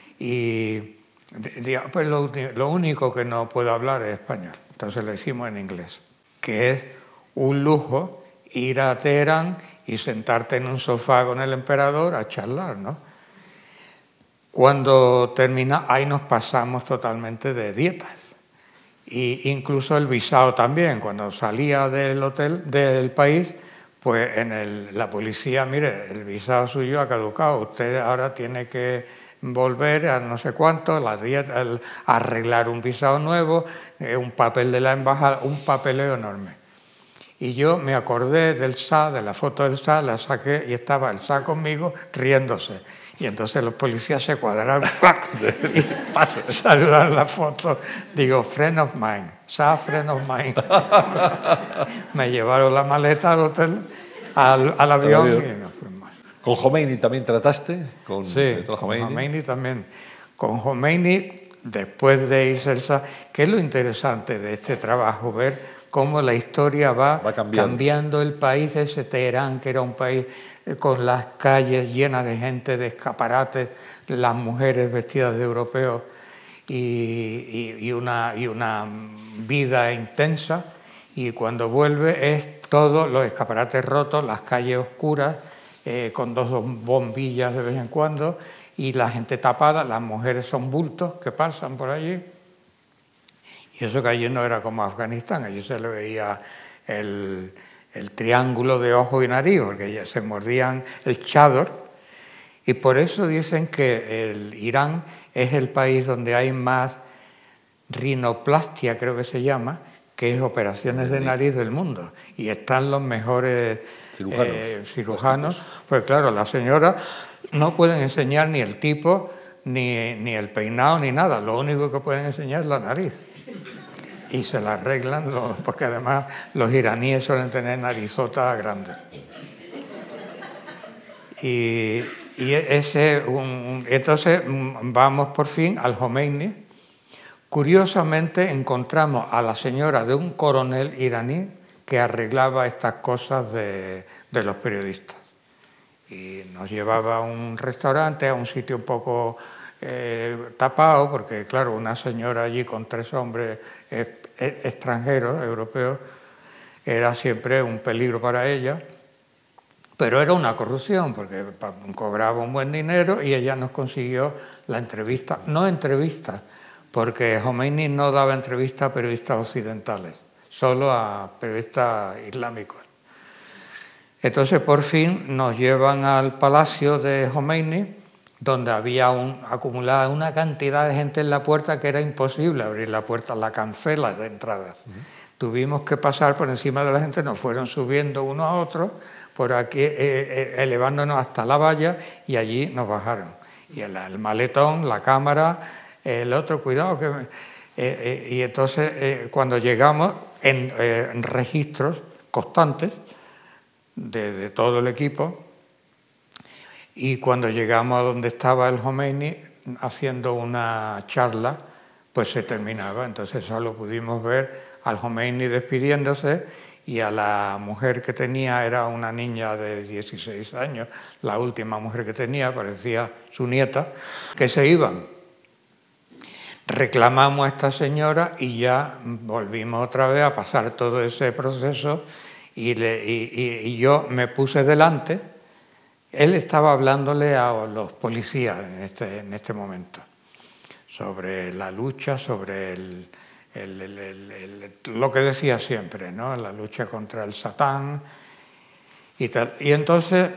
y digo, pues lo único que no puedo hablar es español. Entonces lo hicimos en inglés, que es un lujo ir a Teherán y sentarte en un sofá con el emperador a charlar, ¿no? Cuando termina, ahí nos pasamos totalmente de dietas. Y incluso el visado también, cuando salía del hotel, del país, Pues la policía, mire, el visado suyo ha caducado, usted ahora tiene que volver a no sé cuánto, arreglar un visado nuevo, un papel de la embajada, un papeleo enorme. Y yo me acordé del SA, de la foto del SA, la saqué y estaba el SA conmigo riéndose. Y entonces los policías se cuadraron y saludaron la foto. Digo, friend of mine, SA, friend of mine. Me llevaron la maleta al hotel, al avión y nos fuimos. ¿Con Jomeini también trataste? Sí, con Jomeini también. Con Jomeini, después de irse el SA, que es lo interesante de este trabajo, ver cómo la historia va cambiando el país, ese Teherán, que era un país con las calles llenas de gente, de escaparates, las mujeres vestidas de europeos y una vida intensa. Y cuando vuelve es todo, los escaparates rotos, las calles oscuras, con dos bombillas de vez en cuando, y la gente tapada, las mujeres son bultos que pasan por allí. Y eso que allí no era como Afganistán, allí se le veía el triángulo de ojo y nariz, porque ya se mordían el chador. Y por eso dicen que el Irán es el país donde hay más rinoplastia, creo que se llama, que es operaciones de nariz del mundo. Y están los mejores cirujanos. Pues claro, las señoras no pueden enseñar ni el tipo, ni el peinado, ni nada. Lo único que pueden enseñar es la nariz. Y se la arreglan, porque además los iraníes suelen tener narizotas grandes. Entonces vamos por fin al Jomeini. Curiosamente encontramos a la señora de un coronel iraní que arreglaba estas cosas de los periodistas. Y nos llevaba a un restaurante, a un sitio un poco tapado, porque claro, una señora allí con 3 hombres extranjeros, europeos, era siempre un peligro para ella, pero era una corrupción, porque cobraba un buen dinero y ella nos consiguió la entrevista, no entrevista, porque Jomeini no daba entrevistas a periodistas occidentales, solo a periodistas islámicos. Entonces por fin nos llevan al palacio de Jomeini, donde había acumulada una cantidad de gente en la puerta que era imposible abrir la puerta, la cancela de entrada. Tuvimos que pasar por encima de la gente, nos fueron subiendo uno a otro, por aquí elevándonos hasta la valla y allí nos bajaron. Y el maletón, la cámara, el otro, cuidado que... y entonces cuando llegamos en registros constantes de todo el equipo, y cuando llegamos a donde estaba el Jomeini haciendo una charla, pues se terminaba. Entonces solo pudimos ver al Jomeini despidiéndose y a la mujer que tenía, era una niña de 16 años, la última mujer que tenía, parecía su nieta, que se iban. Reclamamos a esta señora y ya volvimos otra vez a pasar todo ese proceso y yo me puse delante. Él estaba hablándole a los policías en este momento sobre la lucha, sobre lo que decía siempre, ¿no? La lucha contra el Satán y tal. Y entonces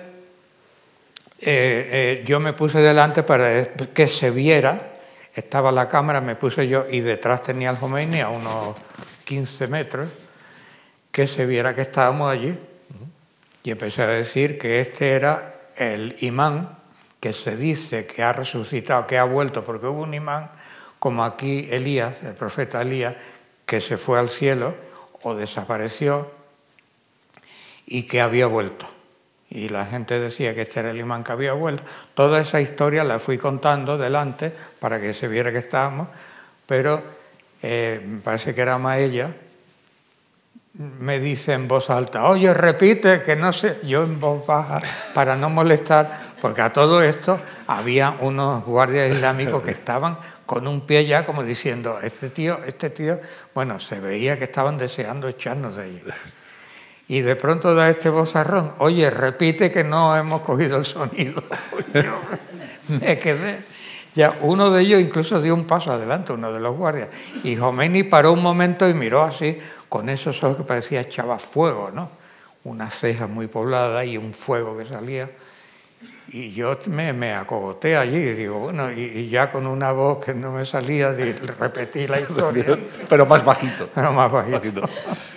yo me puse delante para que se viera, estaba la cámara, me puse yo y detrás tenía el Jomeini a unos 15 metros, que se viera que estábamos allí. Y empecé a decir que este era el imán que se dice que ha resucitado, que ha vuelto, porque hubo un imán como aquí Elías, el profeta Elías, que se fue al cielo o desapareció y que había vuelto. Y la gente decía que este era el imán que había vuelto. Toda esa historia la fui contando delante para que se viera que estábamos, pero me parece que era más ella. Me dice en voz alta, oye, repite, que no sé, yo en voz baja, para no molestar, porque a todo esto había unos guardias islámicos que estaban con un pie ya como diciendo, este tío, bueno, se veía que estaban deseando echarnos de allí. Y de pronto da este vozarrón, oye, repite que no hemos cogido el sonido. Yo me quedé. Ya uno de ellos incluso dio un paso adelante, uno de los guardias. Y Jomeini paró un momento y miró así, con esos ojos que parecía echaba fuego, ¿no? una ceja muy poblada y un fuego que salía. Y yo me acogoté allí y digo, bueno, y ya con una voz que no me salía, repetí la historia. Pero más bajito. Pero más bajito.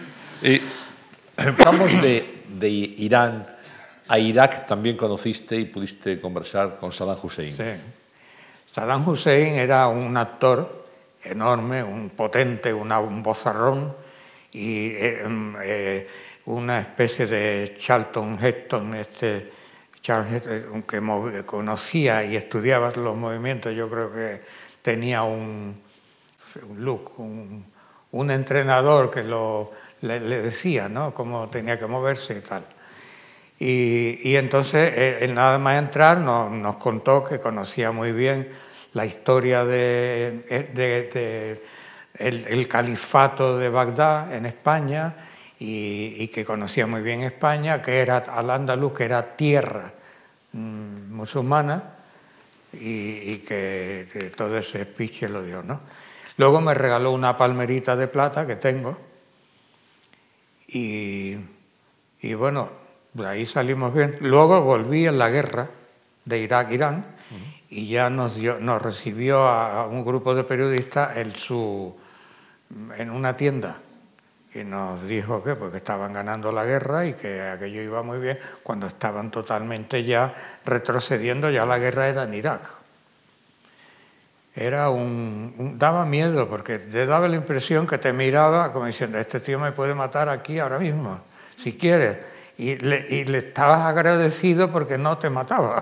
Vamos de Irán a Irak, también conociste y pudiste conversar con Saddam Hussein. Sí. Saddam Hussein era un actor enorme, un potente, un vozarrón y una especie de Charlton Heston, que conocía y estudiaba los movimientos. Yo creo que tenía un look, un entrenador que le decía, ¿no?, cómo tenía que moverse y tal. Y entonces, él nada más entrar nos contó que conocía muy bien la historia el califato de Bagdad en España y que conocía muy bien España, que era Al-Ándalus, que era tierra musulmana y que todo ese speech lo dio, ¿no? Luego me regaló una palmerita de plata que tengo y bueno, de ahí salimos bien. Luego volví en la guerra de Irak-Irán y ya nos recibió a un grupo de periodistas en una tienda y nos dijo que porque estaban ganando la guerra y que aquello iba muy bien cuando estaban totalmente ya retrocediendo, ya la guerra era en Irak. Era daba miedo porque te daba la impresión que te miraba como diciendo, este tío me puede matar aquí ahora mismo, si quieres. Y le estabas agradecido porque no te mataba.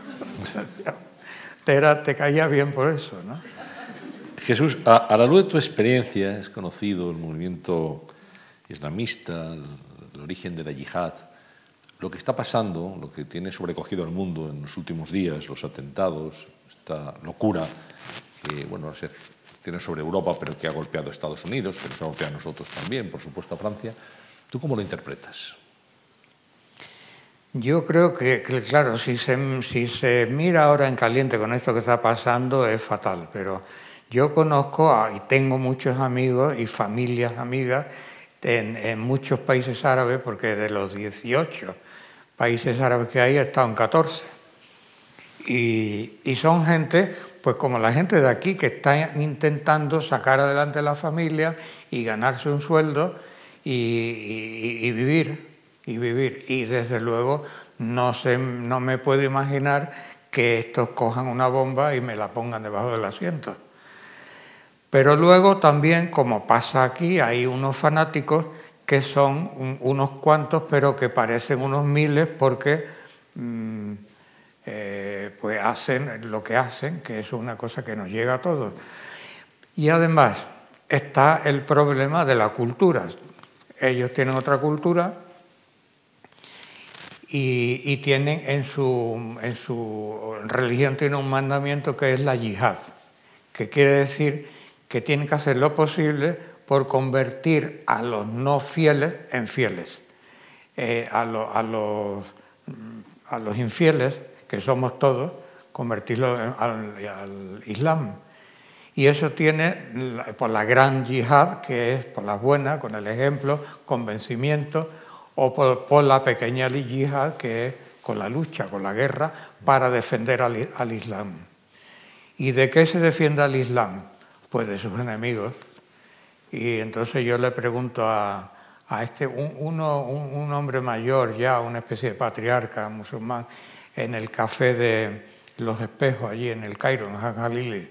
Te caía bien por eso, ¿no? Jesús, a la luz de tu experiencia, has conocido el movimiento islamista, el origen de la yihad, lo que está pasando, lo que tiene sobrecogido al mundo en los últimos días, los atentados, esta locura que, bueno, se tiene sobre Europa, pero que ha golpeado a Estados Unidos, que nos ha golpeado a nosotros también, por supuesto a Francia. ¿Tú cómo lo interpretas? Yo creo que claro, si se mira ahora en caliente con esto que está pasando es fatal, pero yo conozco y tengo muchos amigos y familias amigas en muchos países árabes, porque de los 18 países árabes que hay he estado en 14. Y son gente, pues como la gente de aquí, que está intentando sacar adelante la familia y ganarse un sueldo y vivir. Y desde luego no me puedo imaginar que estos cojan una bomba y me la pongan debajo del asiento. Pero luego también, como pasa aquí, hay unos fanáticos que son unos cuantos, pero que parecen unos miles porque pues hacen lo que hacen, que es una cosa que nos llega a todos. Y además está el problema de la cultura. Ellos tienen otra cultura y tienen en su religión tiene un mandamiento que es la yihad, que quiere decir que tienen que hacer lo posible por convertir a los no fieles en fieles, a los infieles, que somos todos, convertirlos al Islam. Y eso tiene por la gran yihad, que es por las buenas, con el ejemplo, convencimiento, o por la pequeña yihad, que es con la lucha, con la guerra, para defender al Islam. ¿Y de qué se defiende al Islam? Pues de sus enemigos. Y entonces yo le pregunto a un hombre mayor ya, una especie de patriarca musulmán, en el café de Los Espejos, allí en el Cairo, en Jalili.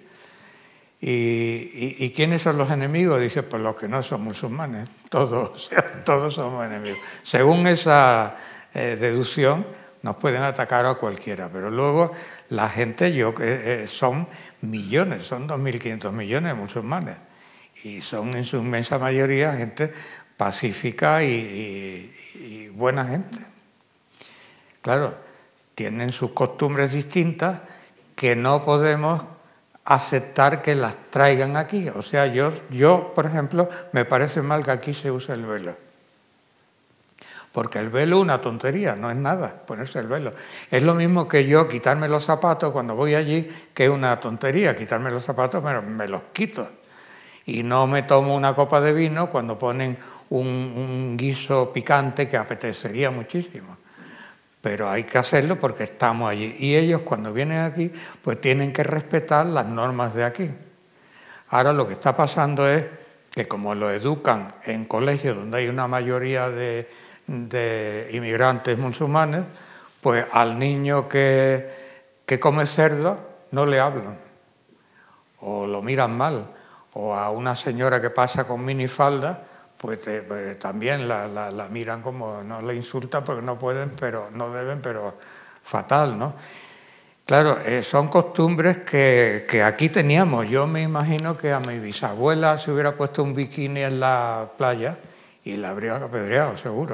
¿Y quiénes son los enemigos? Dice, pues los que no son musulmanes, todos somos enemigos. Según esa deducción, nos pueden atacar a cualquiera, pero luego la gente, son millones, son 2.500 millones de musulmanes, y son en su inmensa mayoría gente pacífica y buena gente. Claro, tienen sus costumbres distintas que no podemos aceptar que las traigan aquí. O sea, yo, por ejemplo, me parece mal que aquí se use el velo. Porque el velo es una tontería, no es nada ponerse el velo. Es lo mismo que yo quitarme los zapatos cuando voy allí, que es una tontería. Quitarme los zapatos me los quito. Y no me tomo una copa de vino cuando ponen un guiso picante que apetecería muchísimo. Pero hay que hacerlo porque estamos allí. Y ellos cuando vienen aquí, pues tienen que respetar las normas de aquí. Ahora lo que está pasando es que como lo educan en colegios donde hay una mayoría de inmigrantes musulmanes, pues al niño que come cerdo no le hablan, o lo miran mal, o a una señora que pasa con minifalda, pues también la miran como, no le insultan porque no pueden, pero no deben, pero fatal, ¿no? Claro, son costumbres que aquí teníamos. Yo me imagino que a mi bisabuela se hubiera puesto un bikini en la playa y la habría apedreado, seguro.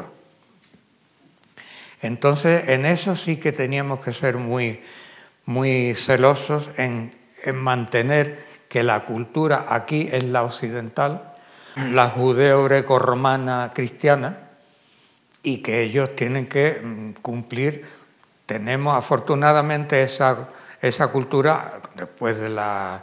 Entonces, en eso sí que teníamos que ser muy, muy celosos en mantener que la cultura aquí es la occidental, la judeo-greco-romana cristiana, y que ellos tienen que cumplir. Tenemos afortunadamente esa cultura después de la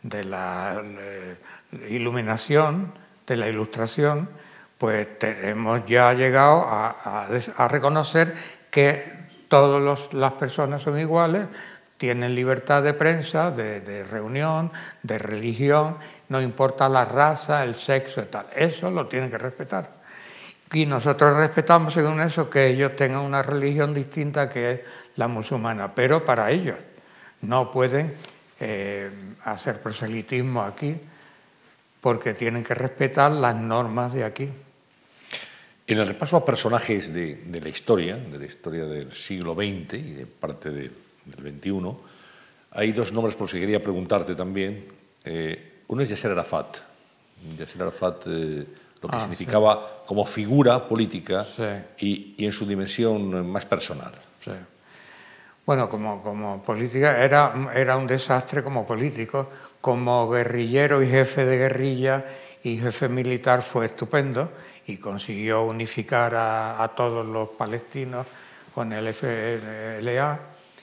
iluminación, de la ilustración, pues hemos ya llegado a reconocer que todas las personas son iguales, tienen libertad de prensa, de reunión, de religión, no importa la raza, el sexo y tal. Eso lo tienen que respetar. Y nosotros respetamos según eso que ellos tengan una religión distinta que es la musulmana, pero para ellos no pueden hacer proselitismo aquí porque tienen que respetar las normas de aquí. En el repaso a personajes de la historia del siglo XX y de parte del XXI, hay dos nombres por los que quería preguntarte también. Uno es Yasser Arafat. Yasser Arafat, lo que significaba como figura política y en su dimensión más personal. Sí. Bueno, como política era un desastre como político. Como guerrillero y jefe de guerrilla y jefe militar fue estupendo y consiguió unificar a todos los palestinos con el FLA.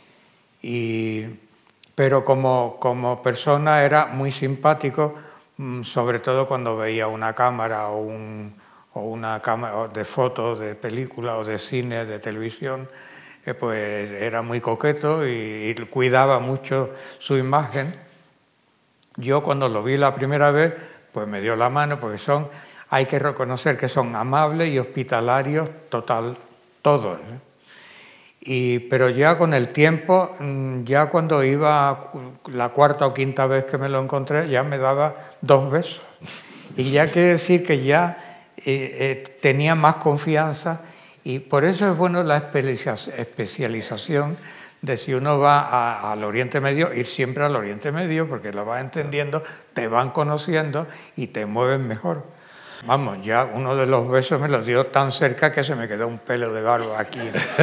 Pero como persona era muy simpático, sobre todo cuando veía una cámara o una cámara de fotos, de película o de cine, de televisión, pues era muy coqueto y cuidaba mucho su imagen. Yo cuando lo vi la primera vez, pues me dio la mano porque hay que reconocer que son amables y hospitalarios total, todos. Pero ya con el tiempo, ya cuando iba la cuarta o quinta vez que me lo encontré, ya me daba 2 besos. Y ya quiere decir que ya tenía más confianza y por eso es bueno la especialización de si uno va al Oriente Medio, ir siempre al Oriente Medio porque lo vas entendiendo, te van conociendo y te mueven mejor. Vamos, ya uno de los besos me lo dio tan cerca que se me quedó un pelo de barba aquí.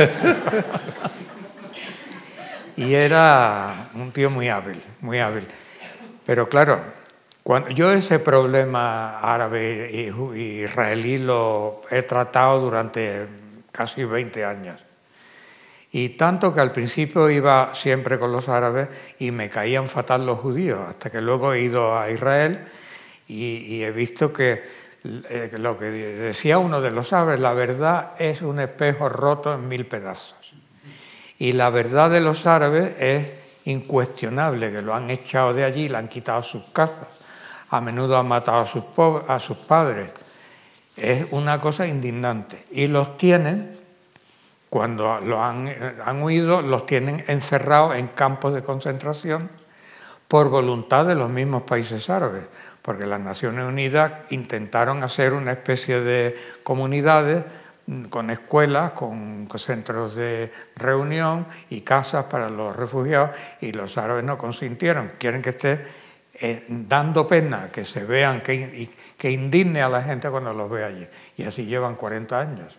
Y era un tío muy hábil, muy hábil. Pero claro, yo ese problema árabe y israelí lo he tratado durante casi 20 años. Y tanto que al principio iba siempre con los árabes y me caían fatal los judíos, hasta que luego he ido a Israel y he visto que lo que decía uno de los árabes, la verdad es un espejo roto en 1000 pedazos. Y la verdad de los árabes es incuestionable, que lo han echado de allí, le han quitado sus casas, a menudo han matado a sus padres. Es una cosa indignante. Y los tienen, cuando han huido, los tienen encerrados en campos de concentración por voluntad de los mismos países árabes, porque las Naciones Unidas intentaron hacer una especie de comunidades con escuelas, con centros de reunión y casas para los refugiados, y los árabes no consintieron. Quieren que esté dando pena, que se vean, que indigne a la gente cuando los ve allí. Y así llevan 40 años.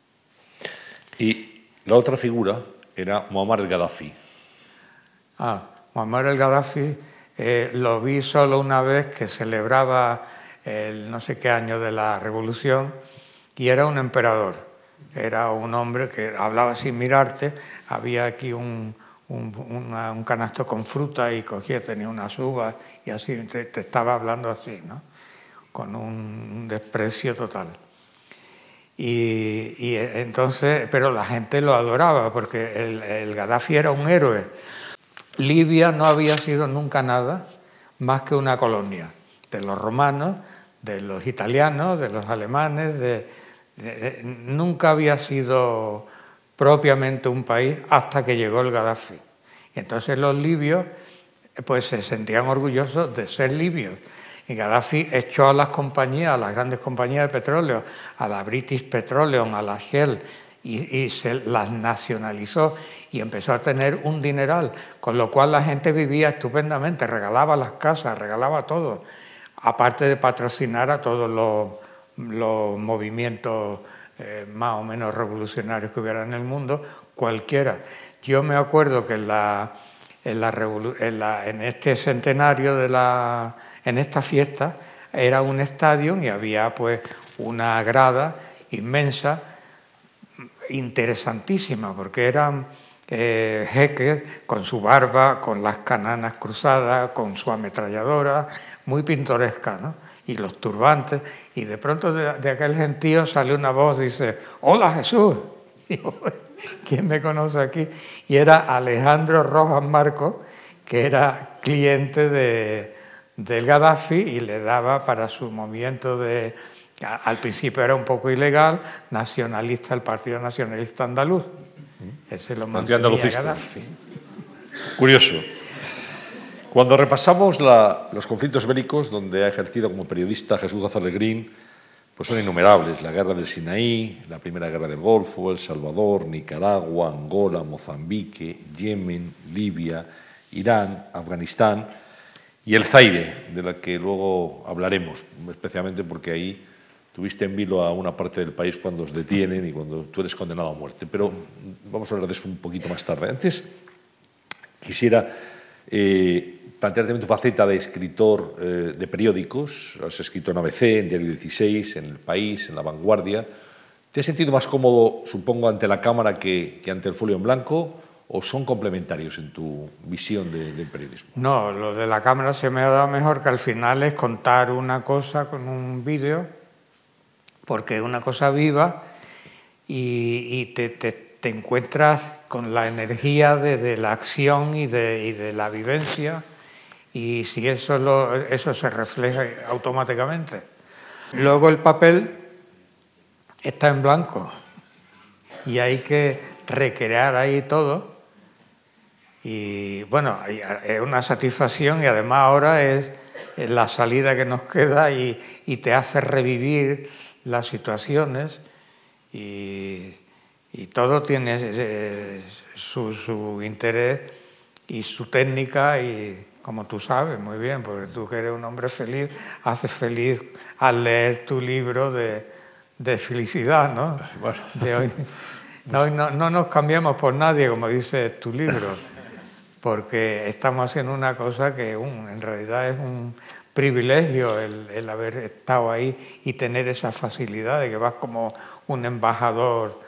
Y la otra figura era Muammar el-Gaddafi. Muammar el-Gaddafi lo vi solo una vez que celebraba el no sé qué año de la revolución y era un emperador. Era un hombre que hablaba sin mirarte. Había aquí un canasto con fruta y tenía unas uvas y así te estaba hablando así, ¿no? Con un desprecio total. Y entonces, pero la gente lo adoraba porque el Gaddafi era un héroe. Libia no había sido nunca nada más que una colonia de los romanos, de los italianos, de los alemanes, nunca había sido propiamente un país hasta que llegó el Gaddafi. Y entonces los libios pues se sentían orgullosos de ser libios. Y Gaddafi echó a las compañías, a las grandes compañías de petróleo, a la British Petroleum, a la Shell, y se las nacionalizó y empezó a tener un dineral, con lo cual la gente vivía estupendamente, regalaba las casas, regalaba todo, aparte de patrocinar a todos los movimientos más o menos revolucionarios que hubiera en el mundo, cualquiera. Yo me acuerdo que en este centenario en esta fiesta era un estadio y había pues una grada inmensa, interesantísima, porque eran jeques con su barba, con las cananas cruzadas, con su ametralladora, muy pintoresca, ¿no? Y los turbantes, y de pronto de aquel gentío sale una voz, dice: «¡Hola, Jesús!». Y yo, ¿quién me conoce aquí? Y era Alejandro Rojas Marcos, que era cliente del Gaddafi y le daba para su movimiento al principio era un poco ilegal, nacionalista, el Partido Nacionalista Andaluz. Ese lo mantenía Gaddafi. Curioso. Cuando repasamos los conflictos bélicos donde ha ejercido como periodista Jesús González-Green, pues son innumerables: la guerra del Sinaí, la primera guerra del Golfo, El Salvador, Nicaragua, Angola, Mozambique, Yemen, Libia, Irán, Afganistán y el Zaire, de la que luego hablaremos, especialmente porque ahí tuviste en vilo a una parte del país cuando os detienen y cuando tú eres condenado a muerte. Pero vamos a hablar de eso un poquito más tarde. Antes quisiera plantearte tu faceta de escritor de periódicos. Has escrito en ABC, en Diario 16, en El País, en La Vanguardia. ¿Te has sentido más cómodo, supongo, ante la cámara que ante el folio en blanco, o son complementarios en tu visión del periodismo? No, lo de la cámara se me ha dado mejor, que al final es contar una cosa con un vídeo, porque es una cosa viva y te encuentras con la energía de la acción y de la vivencia, y si eso se refleja automáticamente. Luego el papel está en blanco y hay que recrear ahí todo, y bueno, es una satisfacción, y además ahora es la salida que nos queda y te hace revivir las situaciones, y todo tiene su interés y su técnica, y como tú sabes muy bien, porque tú que eres un hombre feliz, haces feliz al leer tu libro de felicidad, ¿no? Bueno. De hoy. No nos cambiamos por nadie, como dice tu libro, porque estamos haciendo una cosa que en realidad es un privilegio el haber estado ahí y tener esa facilidad de que vas como un embajador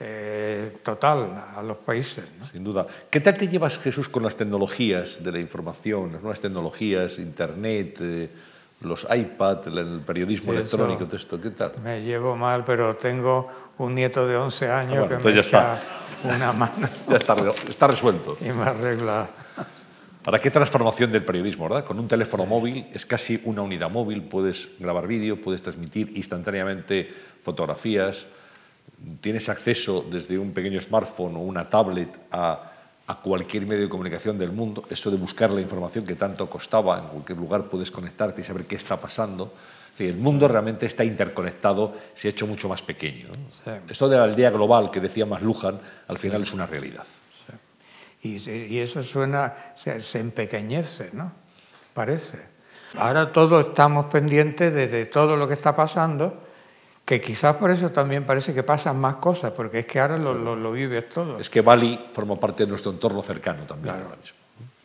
total a los países, ¿no? Sin duda. ¿Qué tal te llevas, Jesús, con las tecnologías de la información, las nuevas tecnologías, Internet, los iPad, el periodismo electrónico, todo esto? ¿Qué tal? Me llevo mal, pero tengo un nieto de 11 años que me ya echa una mano. Ya está resuelto. Y me arregla. Ahora, qué transformación del periodismo, ¿verdad? Con un teléfono móvil, es casi una unidad móvil, puedes grabar vídeo, puedes transmitir instantáneamente fotografías, tienes acceso desde un pequeño smartphone o una tablet a cualquier medio de comunicación del mundo. Eso de buscar la información que tanto costaba, en cualquier lugar puedes conectarte y saber qué está pasando. Es decir, el mundo realmente está interconectado, se ha hecho mucho más pequeño, ¿no? Sí. Esto de la aldea global que decía McLuhan, al final es una realidad. Sí. Y eso suena, se empequeñece, ¿no? Parece. Ahora todos estamos pendientes de todo lo que está pasando, que quizás por eso también parece que pasan más cosas, porque es que ahora lo vives todo. Es que Bali forma parte de nuestro entorno cercano también, claro, ahora mismo.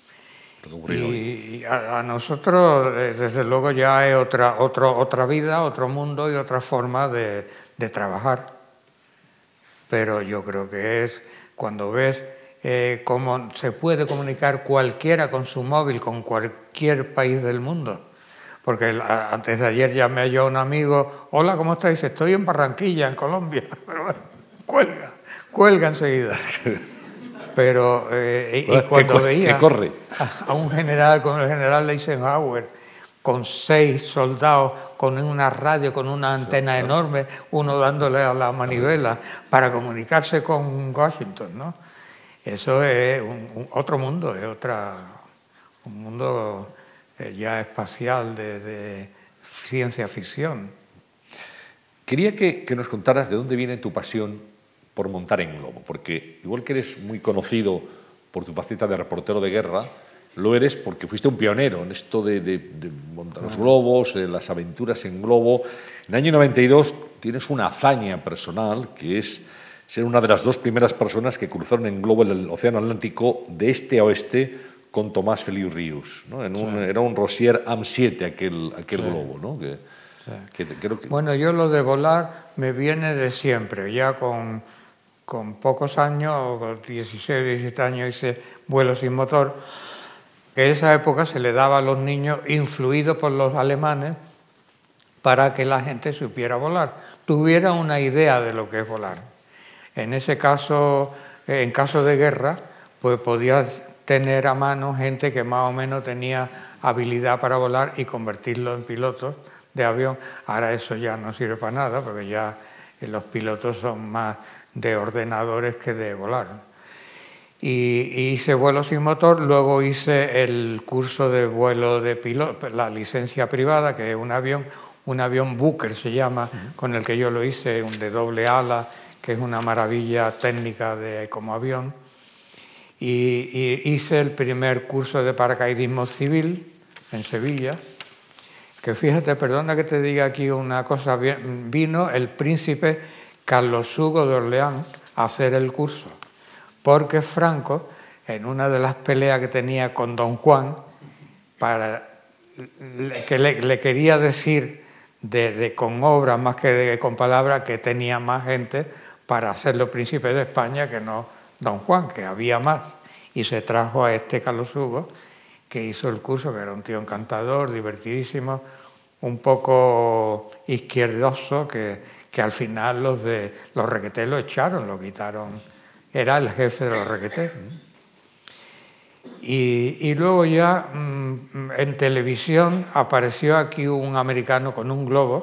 Y a nosotros, desde luego, ya es otra vida, otro mundo y otra forma de trabajar. Pero yo creo que es cuando ves cómo se puede comunicar cualquiera con su móvil con cualquier país del mundo. porque antes de ayer llamé yo a un amigo, hola, ¿cómo estás? Dice, estoy en Barranquilla, en Colombia. Pero bueno, cuelga enseguida. Pero y cuando veía a un general, como el general Eisenhower, con 6 soldados, con una radio, con una antena enorme, uno dándole a la manivela para comunicarse con Washington, ¿no? Eso es otro mundo, es un mundo ya espacial de ciencia ficción. Quería que nos contaras de dónde viene tu pasión por montar en globo, porque igual que eres muy conocido por tu faceta de reportero de guerra, lo eres porque fuiste un pionero en esto de montar los globos, las aventuras en globo. En el año 92 tienes una hazaña personal, que es ser una de las 2 primeras personas que cruzaron en globo el Océano Atlántico de este a oeste con Tomás Feliu Ríos, ¿no? Era un Rosier AM7 aquel globo, ¿no? Creo que... Bueno, yo lo de volar me viene de siempre. Ya con pocos años, 16, 17 años, hice vuelo sin motor. En esa época se le daba a los niños, influidos por los alemanes, para que la gente supiera volar, tuviera una idea de lo que es volar. En ese caso, en caso de guerra, pues podías tener a mano gente que más o menos tenía habilidad para volar y convertirlo en pilotos de avión. Ahora eso ya no sirve para nada, porque ya los pilotos son más de ordenadores que de volar. Y hice vuelo sin motor, luego hice el curso de vuelo de piloto, la licencia privada, que es un avión Booker se llama, con el que yo lo hice, un de doble ala, que es una maravilla técnica como avión. Y hice el primer curso de paracaidismo civil en Sevilla, que fíjate, perdona que te diga aquí una cosa, vino el príncipe Carlos Hugo de Orleans a hacer el curso, porque Franco, en una de las peleas que tenía con Don Juan, que le quería decir con obras más que con palabras, que tenía más gente para hacerlo príncipe de España que no Don Juan, que había más, y se trajo a este Carlos Hugo, que hizo el curso, que era un tío encantador, divertidísimo, un poco izquierdoso, que al final los Requeté lo echaron, lo quitaron, era el jefe de los Requeté. Y luego ya en televisión apareció aquí un americano con un globo,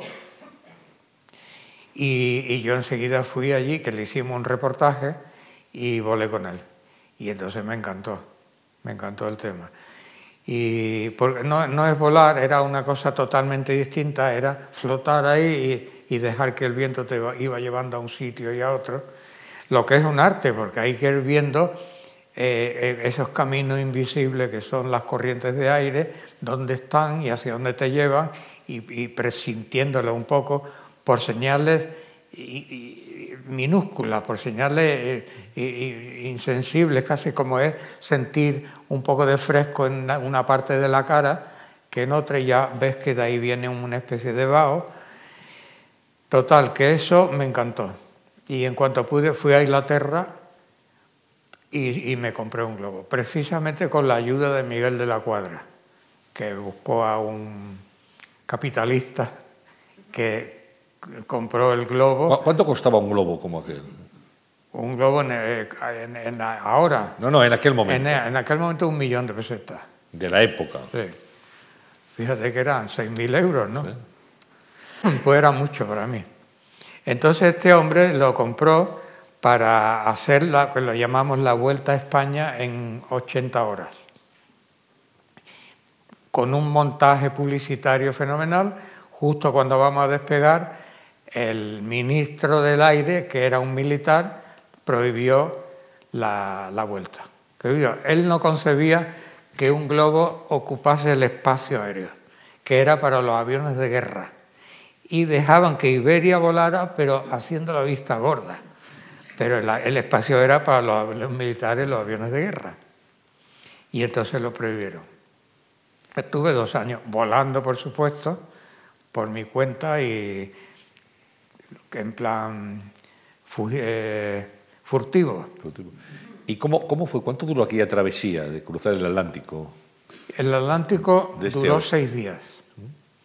y yo enseguida fui allí, que le hicimos un reportaje, y volé con él. Y entonces me encantó el tema. Y porque no es volar, era una cosa totalmente distinta, era flotar ahí y dejar que el viento te iba llevando a un sitio y a otro. Lo que es un arte, porque hay que ir viendo esos caminos invisibles que son las corrientes de aire, dónde están y hacia dónde te llevan, y presintiéndolo un poco por señales minúsculas, por señales insensibles, casi como es sentir un poco de fresco en una parte de la cara, que en otra ya ves que de ahí viene una especie de vaho. Total, que eso me encantó. Y en cuanto pude, fui a Inglaterra y me compré un globo, precisamente con la ayuda de Miguel de la Cuadra, que buscó a un capitalista que compró el globo. ¿Cuánto costaba un globo como aquel? Un globo ahora. No, en aquel momento. En aquel momento 1 millón de pesetas. De la época. Sí. Fíjate que eran 6.000 euros, ¿no? Sí. Pues era mucho para mí. Entonces este hombre lo compró para hacer lo que lo llamamos la Vuelta a España en 80 horas. Con un montaje publicitario fenomenal. Justo cuando vamos a despegar, el ministro del Aire, que era un militar, prohibió la vuelta. Él no concebía que un globo ocupase el espacio aéreo, que era para los aviones de guerra. Y dejaban que Iberia volara, pero haciendo la vista gorda. Pero el espacio era para los militares, los aviones de guerra. Y entonces lo prohibieron. Estuve 2 años volando, por supuesto, por mi cuenta y en plan furtivo. ¿Y cómo fue? ¿Cuánto duró aquella travesía de cruzar el Atlántico? El Atlántico duró 6 días.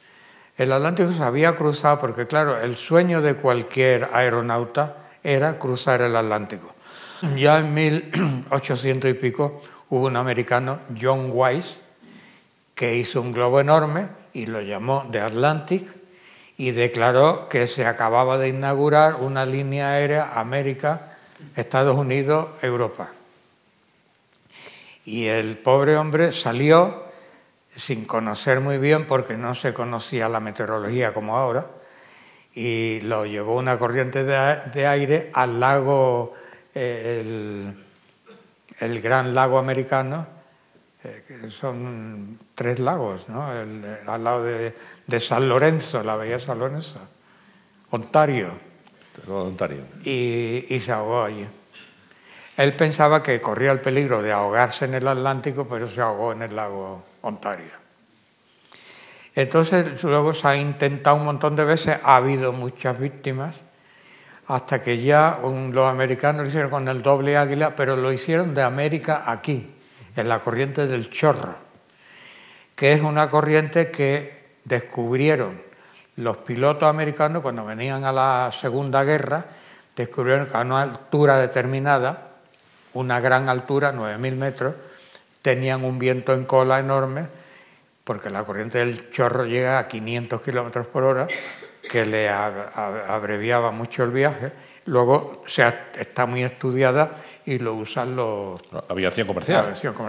El Atlántico se había cruzado porque, claro, el sueño de cualquier aeronauta era cruzar el Atlántico. Ya en 1800 y pico hubo un americano, John Wise, que hizo un globo enorme y lo llamó The Atlantic y declaró que se acababa de inaugurar una línea aérea América, Estados Unidos, Europa. Y el pobre hombre salió sin conocer muy bien, porque no se conocía la meteorología como ahora, y lo llevó una corriente de aire al lago, el gran lago americano, que son 3 lagos, ¿no? Al lado de San Lorenzo, la bahía de San Lorenzo, Ontario. Y se ahogó allí. Él pensaba que corría el peligro de ahogarse en el Atlántico, pero se ahogó en el lago Ontario. Entonces luego se ha intentado un montón de veces, ha habido muchas víctimas, hasta que ya los americanos lo hicieron con el doble águila, pero lo hicieron de América aquí, en la corriente del Chorro, que es una corriente que descubrieron los pilotos americanos cuando venían a la Segunda Guerra, descubrieron que a una altura determinada, una gran altura, 9.000 metros, tenían un viento en cola enorme, porque la corriente del Chorro llega a 500 kilómetros por hora, que le abreviaba mucho el viaje. Luego está muy estudiada y lo usan la aviación comercial.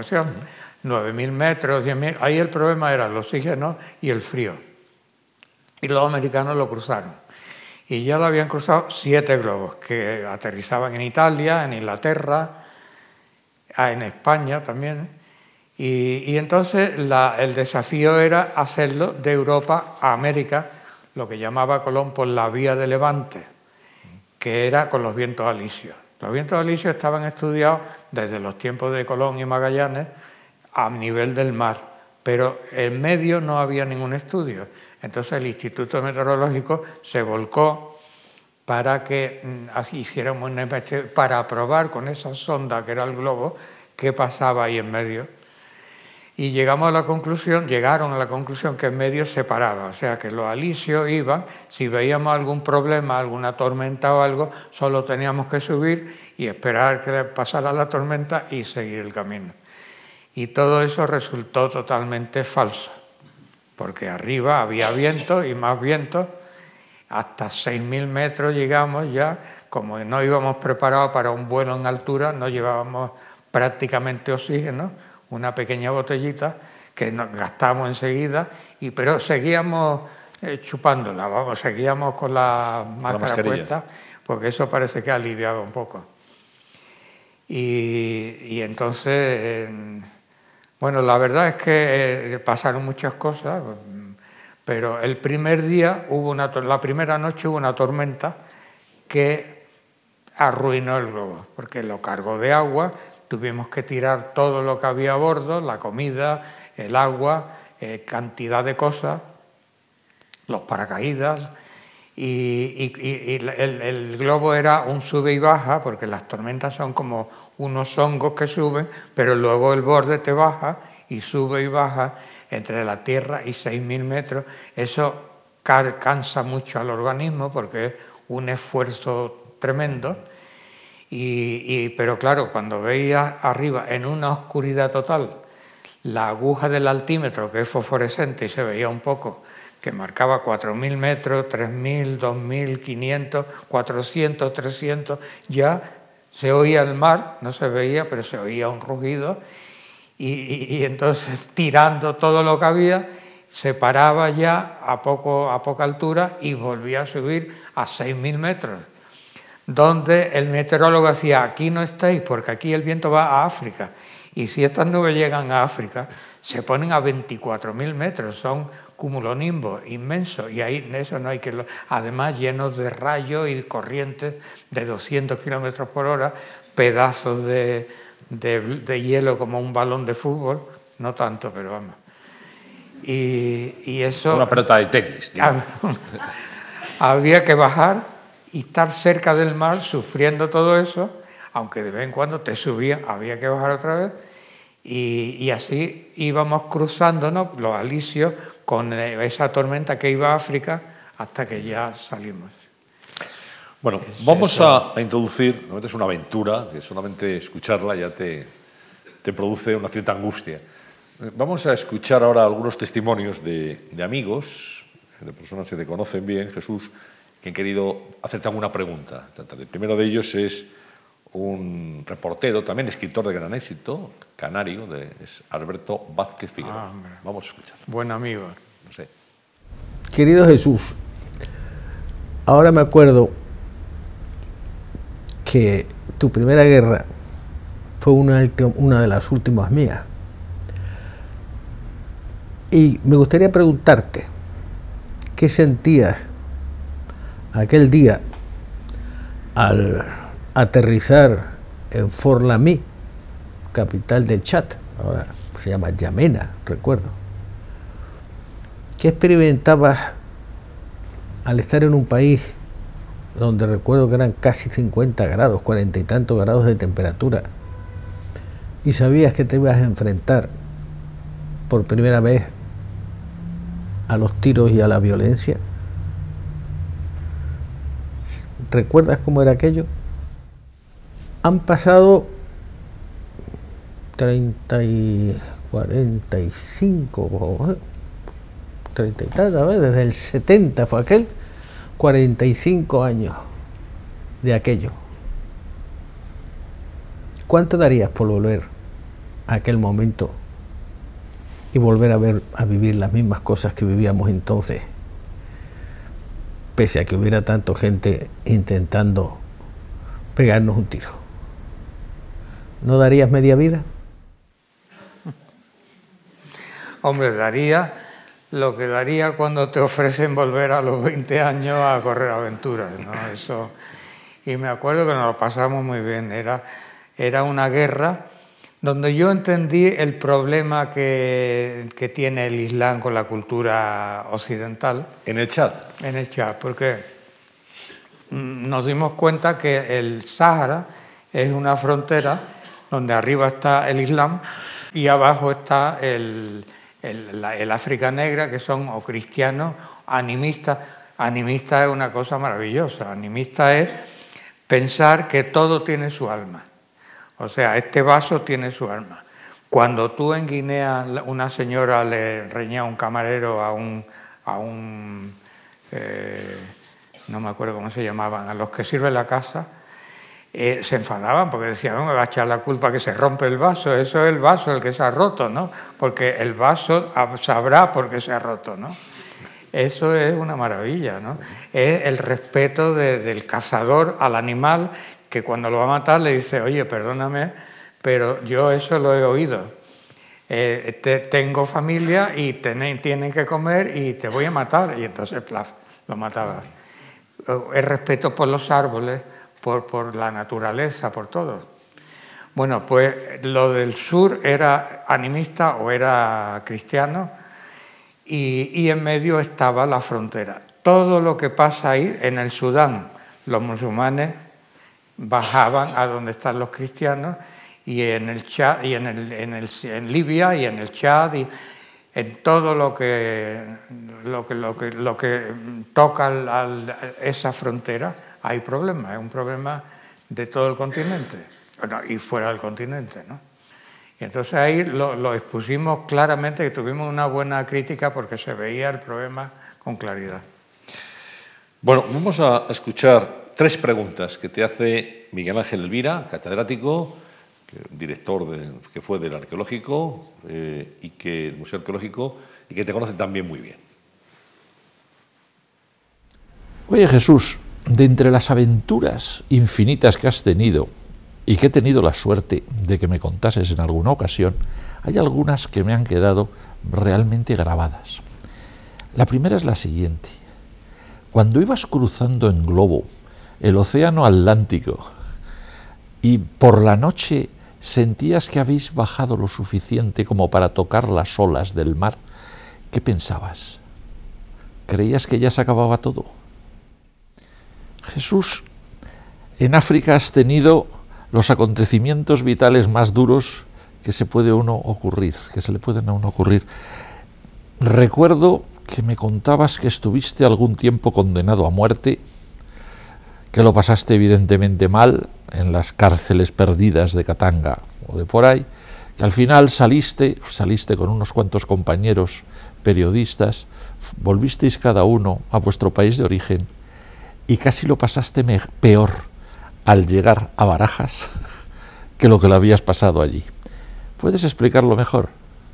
9.000 metros, 10.000. Ahí el problema era el oxígeno y el frío. Y los americanos lo cruzaron. Y ya lo habían cruzado 7 globos, que aterrizaban en Italia, en Inglaterra, en España también. Y entonces el desafío era hacerlo de Europa a América, lo que llamaba Colón por la vía de Levante, que era con los vientos alisios. Los vientos alisios estaban estudiados desde los tiempos de Colón y Magallanes a nivel del mar, pero en medio no había ningún estudio. Entonces el Instituto Meteorológico se volcó para que hiciéramos una investigación, para probar con esa sonda que era el globo, qué pasaba ahí en medio. Y llegaron a la conclusión que en medio se paraba, o sea que los alisios iban, si veíamos algún problema, alguna tormenta o algo, solo teníamos que subir y esperar que pasara la tormenta y seguir el camino. Y todo eso resultó totalmente falso, porque arriba había viento y más viento, hasta 6.000 metros llegamos ya, como no íbamos preparados para un vuelo en altura, no llevábamos prácticamente oxígeno, una pequeña botellita que nos gastamos enseguida, pero seguíamos chupándola, seguíamos con la máscara puesta, porque eso parece que aliviaba un poco. Y entonces, bueno, la verdad es que pasaron muchas cosas, pero el primer día, la primera noche hubo una tormenta que arruinó el globo, porque lo cargó de agua. Tuvimos que tirar todo lo que había a bordo, la comida, el agua, cantidad de cosas, los paracaídas, y el globo era un sube y baja, porque las tormentas son como unos hongos que suben, pero luego el borde te baja y sube y baja entre la tierra y 6.000 metros. Eso cansa mucho al organismo porque es un esfuerzo tremendo. Pero claro, cuando veías arriba en una oscuridad total la aguja del altímetro, que es fosforescente y se veía un poco, que marcaba 4.000 metros, 3.000, 2.000, 500, 400, 300, ya se oía el mar, no se veía, pero se oía un rugido, y entonces tirando todo lo que había, se paraba ya a poca altura y volvía a subir a 6.000 metros. Donde el meteorólogo decía, aquí no estáis, porque aquí el viento va a África. Y si estas nubes llegan a África, se ponen a 24.000 metros, son cumulonimbos inmensos, y ahí eso no hay que... Además, llenos de rayos y corrientes de 200 kilómetros por hora, pedazos de hielo como un balón de fútbol, no tanto, pero vamos. Y eso... Una pelota de tenis. Había que bajar y estar cerca del mar sufriendo todo eso, aunque de vez en cuando te subía, había que bajar otra vez, Y así íbamos cruzándonos los alisios con esa tormenta que iba a África hasta que ya salimos. Bueno, vamos a introducir, realmente es una aventura, que solamente escucharla ya te produce una cierta angustia. Vamos a escuchar ahora algunos testimonios de amigos, de personas que te conocen bien, Jesús, que han querido hacerte alguna pregunta. El primero de ellos es un reportero, también escritor de gran éxito, canario, es Alberto Vázquez Figueroa. Vamos a escuchar. Buen amigo. No sé. Querido Jesús, ahora me acuerdo que tu primera guerra fue una de las últimas mías. Y me gustaría preguntarte, ¿qué sentías aquel día al aterrizar en Fort Lamy, capital del Chad? Ahora se llama Yamena, recuerdo. ¿Qué experimentabas al estar en un país donde recuerdo que eran casi 50 grados, 40 y tantos grados de temperatura, y sabías que te ibas a enfrentar por primera vez a los tiros y a la violencia? ¿Recuerdas cómo era aquello? Han pasado 30 y 45, 30 y tal, ¿sabes? Desde el 70 fue aquel, 45 años de aquello. ¿Cuánto darías por volver a aquel momento y volver a vivir las mismas cosas que vivíamos entonces, pese a que hubiera tanta gente intentando pegarnos un tiro? ¿No darías media vida? Hombre, daría lo que daría cuando te ofrecen volver a los 20 años a correr aventuras, ¿no? Eso. Y me acuerdo que nos lo pasamos muy bien. Era una guerra donde yo entendí el problema que tiene el Islam con la cultura occidental. ¿En el Chad? En el Chad, porque nos dimos cuenta que el Sáhara es una frontera donde arriba está el Islam y abajo está el África negra, que son o cristianos, animistas. Animista es una cosa maravillosa. Animista es pensar que todo tiene su alma. O sea, este vaso tiene su alma. Cuando tú en Guinea, una señora le reñía a un camarero, no me acuerdo cómo se llamaban, a los que sirven la casa, se enfadaban porque decían, no me va a echar la culpa que se rompe el vaso, eso es el vaso el que se ha roto, ¿no? Porque el vaso sabrá por qué se ha roto, ¿no? Eso es una maravilla, ¿no? Es el respeto del cazador al animal, que cuando lo va a matar le dice, oye, perdóname, pero yo eso lo he oído. Tengo familia y tienen que comer y te voy a matar. Y entonces, plaf, lo mataba. El respeto por los árboles, por la naturaleza, por todo. Bueno, pues lo del sur era animista o era cristiano y en medio estaba la frontera. Todo lo que pasa ahí, en el Sudán, los musulmanes bajaban a donde están los cristianos, y en el Chad, y en Libia y en el Chad, y en todo lo que toca esa frontera hay problemas. Es un problema de todo el continente, bueno, y fuera del continente, ¿no? Y entonces ahí lo expusimos claramente, que tuvimos una buena crítica porque se veía el problema con claridad. Bueno, vamos a escuchar 3 preguntas que te hace Miguel Ángel Elvira, catedrático, director que fue del Arqueológico del Museo Arqueológico, y que te conoce también muy bien. Oye, Jesús, de entre las aventuras infinitas que has tenido y que he tenido la suerte de que me contases en alguna ocasión, hay algunas que me han quedado realmente grabadas. La primera es la siguiente. Cuando ibas cruzando en globo el océano Atlántico y por la noche sentías que habéis bajado lo suficiente como para tocar las olas del mar, ¿qué pensabas? ¿Creías que ya se acababa todo? Jesús, en África has tenido los acontecimientos vitales más duros que se le pueden a uno ocurrir. Recuerdo que me contabas que estuviste algún tiempo condenado a muerte, que lo pasaste evidentemente mal en las cárceles perdidas de Katanga o de por ahí, que al final saliste con unos cuantos compañeros periodistas, volvisteis cada uno a vuestro país de origen y casi lo pasaste peor al llegar a Barajas que lo habías pasado allí. ¿Puedes explicarlo mejor?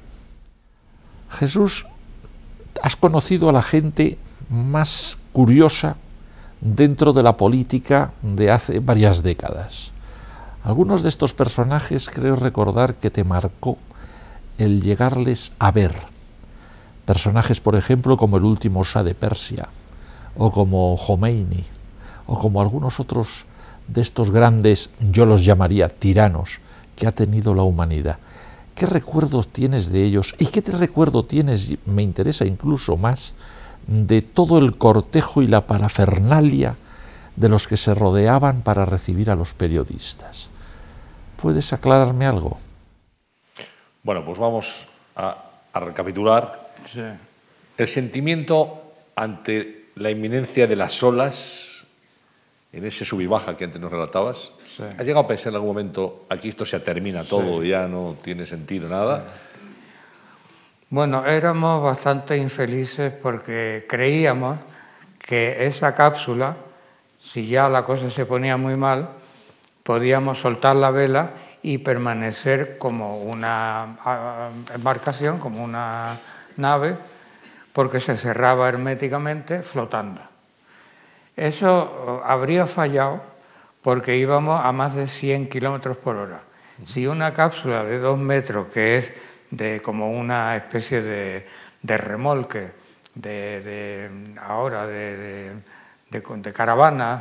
Jesús, has conocido a la gente más curiosa dentro de la política de hace varias décadas. Algunos de estos personajes creo recordar que te marcó el llegarles a ver. Personajes, por ejemplo, como el último Shah de Persia, o como Jomeini, o como algunos otros de estos grandes, yo los llamaría tiranos, que ha tenido la humanidad. ¿Qué recuerdos tienes de ellos? ¿Y qué recuerdo tienes, me interesa incluso más, de todo el cortejo y la parafernalia de los que se rodeaban para recibir a los periodistas? ¿Puedes aclararme algo? Bueno, pues vamos a recapitular. Sí. El sentimiento ante la inminencia de las olas, en ese sub y baja que antes nos relatabas, Sí. ¿has llegado a pensar en algún momento, aquí esto se termina todo, Sí. ya no tiene sentido nada? Bueno, éramos bastante infelices porque creíamos que esa cápsula, si ya la cosa se ponía muy mal, podíamos soltar la vela y permanecer como una embarcación, como una nave, porque se cerraba herméticamente flotando. Eso habría fallado porque íbamos a más de 100 kilómetros por hora. Si una cápsula de 2 metros, que es como una especie de remolque, de caravana,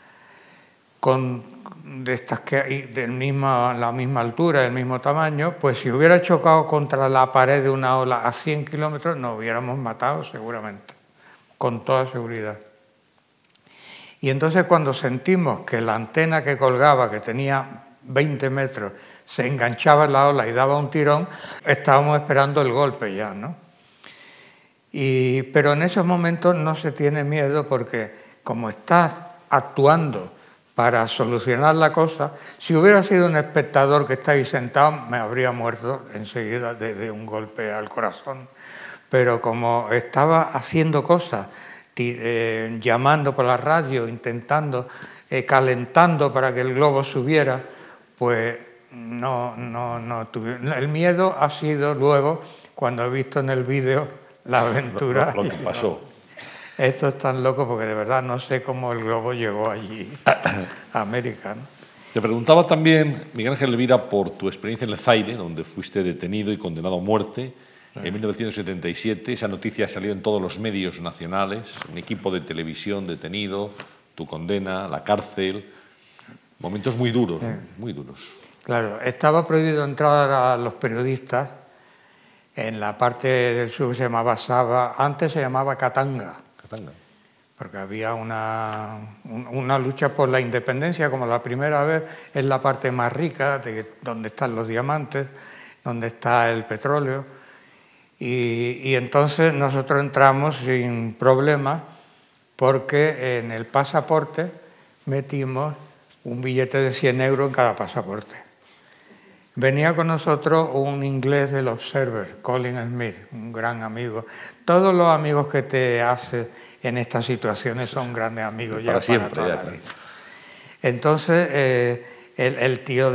de estas que la misma altura, el mismo tamaño, pues si hubiera chocado contra la pared de una ola a 100 kilómetros, nos hubiéramos matado seguramente, con toda seguridad. Y entonces cuando sentimos que la antena que colgaba, que tenía 20 metros, se enganchaba en la ola y daba un tirón, estábamos esperando el golpe ya, ¿no? Pero en esos momentos no se tiene miedo porque como estás actuando para solucionar la cosa, si hubiera sido un espectador que está ahí sentado, me habría muerto enseguida de un golpe al corazón. Pero como estaba haciendo cosas, llamando por la radio, intentando, calentando para que el globo subiera, pues no tuve. El miedo ha sido luego, cuando he visto en el vídeo la aventura. Lo que pasó. Esto es tan loco porque de verdad no sé cómo el globo llegó allí, a América, ¿no? Te preguntaba también, Miguel Ángel Elvira, por tu experiencia en el Zaire, donde fuiste detenido y condenado a muerte en 1977. Esa noticia salió en todos los medios nacionales, un equipo de televisión detenido, tu condena, la cárcel. Momentos muy duros, ¿no? Muy duros. Claro, estaba prohibido entrar a los periodistas en la parte del sur que se llamaba Saba, antes se llamaba Katanga. Katanga. Porque había una lucha por la independencia, como la primera vez, es la parte más rica, donde están los diamantes, donde está el petróleo. Y entonces nosotros entramos sin problema porque en el pasaporte metimos un billete de 100 euros en cada pasaporte. Venía con nosotros un inglés del Observer, Colin Smith, un gran amigo. Todos los amigos que te haces en estas situaciones son grandes amigos ya para siempre, toda la vida. Entonces, el tío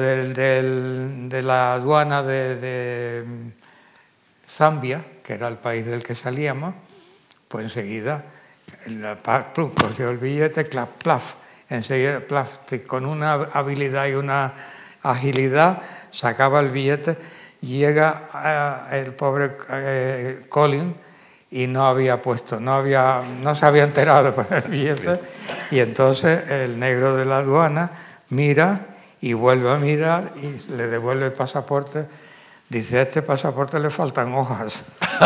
de la aduana de Zambia, que era el país del que salíamos, pues enseguida cogió el billete, plaf, enseguida, con una habilidad y una agilidad, sacaba el billete, llega el pobre Colin y no se había enterado de poner el billete, y entonces el negro de la aduana mira y vuelve a mirar y le devuelve el pasaporte. Dice, a este pasaporte le faltan hojas.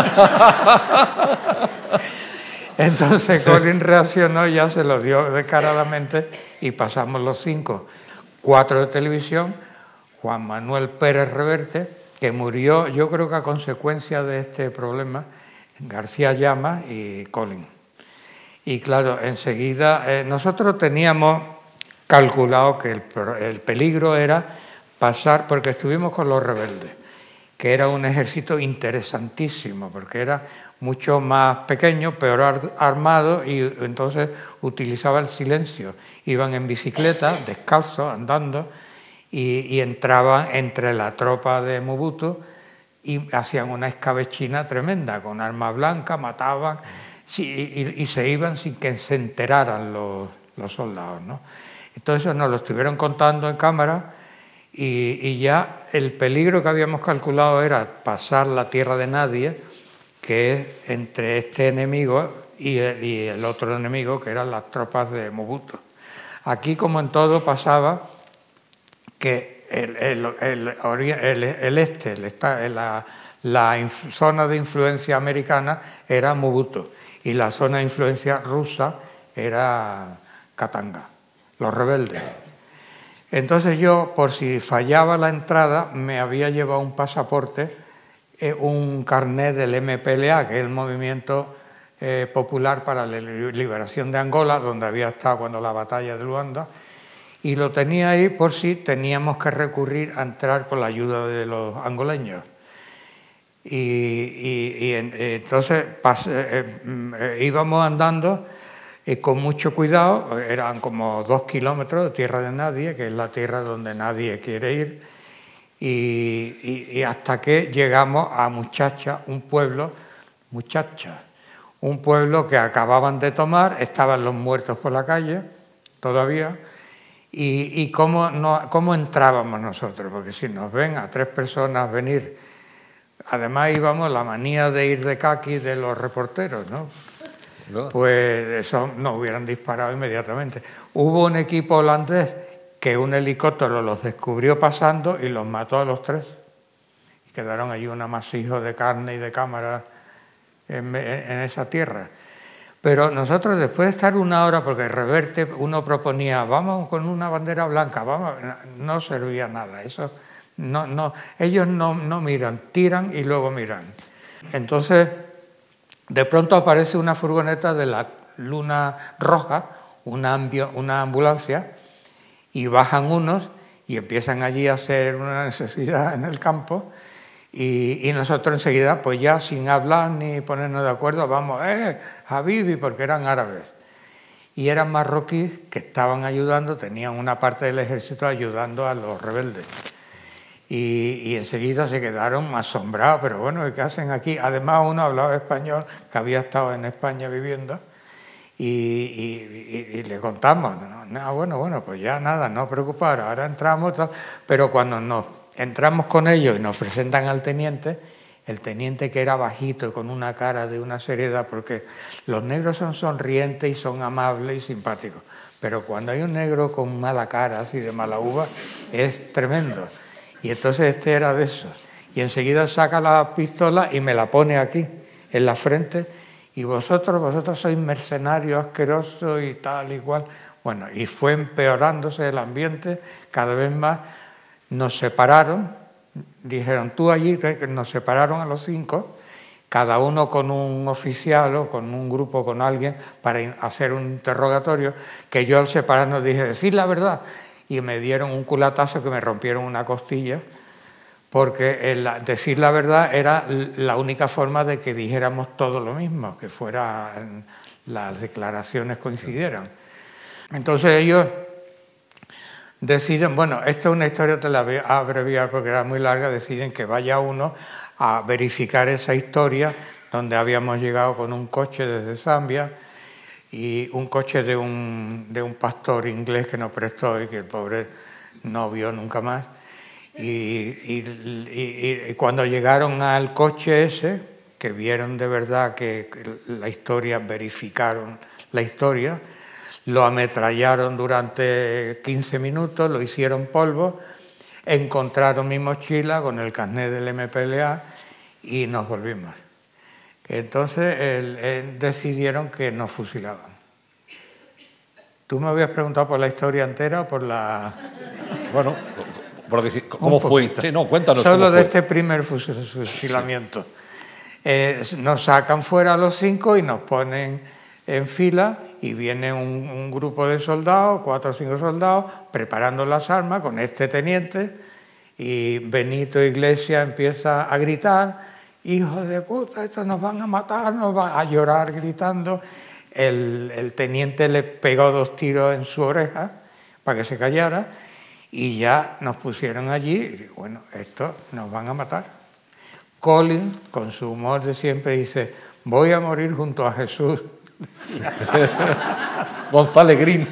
Entonces Colin reaccionó, ya se lo dio descaradamente y pasamos los 5, 4 de televisión, Juan Manuel Pérez Reverte, que murió, yo creo que a consecuencia de este problema, García Llamas y Colin. Y claro, enseguida nosotros teníamos calculado que el peligro era pasar, porque estuvimos con los rebeldes, que era un ejército interesantísimo, porque era mucho más pequeño, peor armado, y entonces utilizaba el silencio. Iban en bicicleta, descalzos, andando, y entraban entre la tropa de Mobutu y hacían una escabechina tremenda, con armas blancas, mataban, y se iban sin que se enteraran los soldados, ¿no? Entonces nos lo estuvieron contando en cámara, y ya el peligro que habíamos calculado era pasar la tierra de nadie, que es entre este enemigo y el otro enemigo, que eran las tropas de Mobutu. Aquí, como en todo, pasaba que la zona de influencia americana era Mobutu, y la zona de influencia rusa era Katanga, los rebeldes. Entonces yo, por si fallaba la entrada, me había llevado un pasaporte, un carnet del MPLA, que es el Movimiento Popular para la Liberación de Angola, donde había estado cuando la batalla de Luanda, y lo tenía ahí por si teníamos que recurrir a entrar con la ayuda de los angoleños. Entonces íbamos andando con mucho cuidado, eran como 2 kilómetros de tierra de nadie, que es la tierra donde nadie quiere ir, y hasta que llegamos a Muchacha, un pueblo que acababan de tomar, estaban los muertos por la calle todavía, y cómo entrábamos nosotros, porque si nos ven a 3 personas venir, además íbamos la manía de ir de caqui de los reporteros, ¿no? Pues eso nos hubieran disparado inmediatamente. Hubo un equipo holandés que un helicóptero los descubrió pasando y los mató a los 3. Y quedaron allí un amasijo de carne y de cámaras en esa tierra. Pero nosotros, después de estar 1 hora, porque Reverte uno proponía, vamos con una bandera blanca, vamos, no servía nada. Eso ellos no miran, tiran y luego miran. Entonces, de pronto aparece una furgoneta de la Luna Roja, una ambulancia, y bajan unos y empiezan allí a hacer una necesidad en el campo, y nosotros enseguida, pues ya sin hablar ni ponernos de acuerdo, vamos, Habibi, porque eran árabes. Y eran marroquíes que estaban ayudando, tenían una parte del ejército ayudando a los rebeldes. Y enseguida se quedaron asombrados, pero bueno, ¿qué hacen aquí? Además uno hablaba español, que había estado en España viviendo, y le contamos, bueno, pues ya nada, no preocupar, ahora entramos, pero cuando nos entramos con ellos y nos presentan al teniente, el teniente, que era bajito y con una cara de una seriedad, porque los negros son sonrientes y son amables y simpáticos, pero cuando hay un negro con mala cara, así de mala uva, es tremendo. Y entonces este era de esos. Y enseguida saca la pistola y me la pone aquí, en la frente, y vosotros sois mercenarios asquerosos y tal y cual. Bueno, y fue empeorándose el ambiente cada vez más. Nos separaron, dijeron tú allí, nos separaron a los 5, cada uno con un oficial o con un grupo, con alguien, para hacer un interrogatorio, que yo al separarnos dije, decid la verdad. Y me dieron un culatazo que me rompieron una costilla, porque decir la verdad era la única forma de que dijéramos todo lo mismo, que las declaraciones coincidieran. Entonces ellos deciden, bueno, esto es una historia, te la voy a abreviar porque era muy larga, deciden que vaya uno a verificar esa historia, donde habíamos llegado con un coche desde Zambia, y un coche de un pastor inglés que nos prestó y que el pobre no vio nunca más. Y cuando llegaron al coche ese, que vieron de verdad que la historia, verificaron la historia, lo ametrallaron durante 15 minutos, lo hicieron polvo, encontraron mi mochila con el carnet del MPLA y nos volvimos. Entonces decidieron que nos fusilaban. ¿Tú me habías preguntado por la historia entera o por la...? Bueno, Porque, ¿cómo fue? Sí, no, cuéntanos. Solo cómo de fue. este primer fusilamiento. Nos sacan fuera a los 5 y nos ponen en fila y viene un grupo de soldados, 4 o 5 soldados, preparando las armas con este teniente, y Benito Iglesias empieza a gritar: hijos de puta, estos nos van a matar, nos van a llorar gritando. El teniente le pegó 2 tiros en su oreja para que se callara y ya nos pusieron allí y bueno, estos nos van a matar. Colin, con su humor de siempre, dice: voy a morir junto a Jesús. González Green.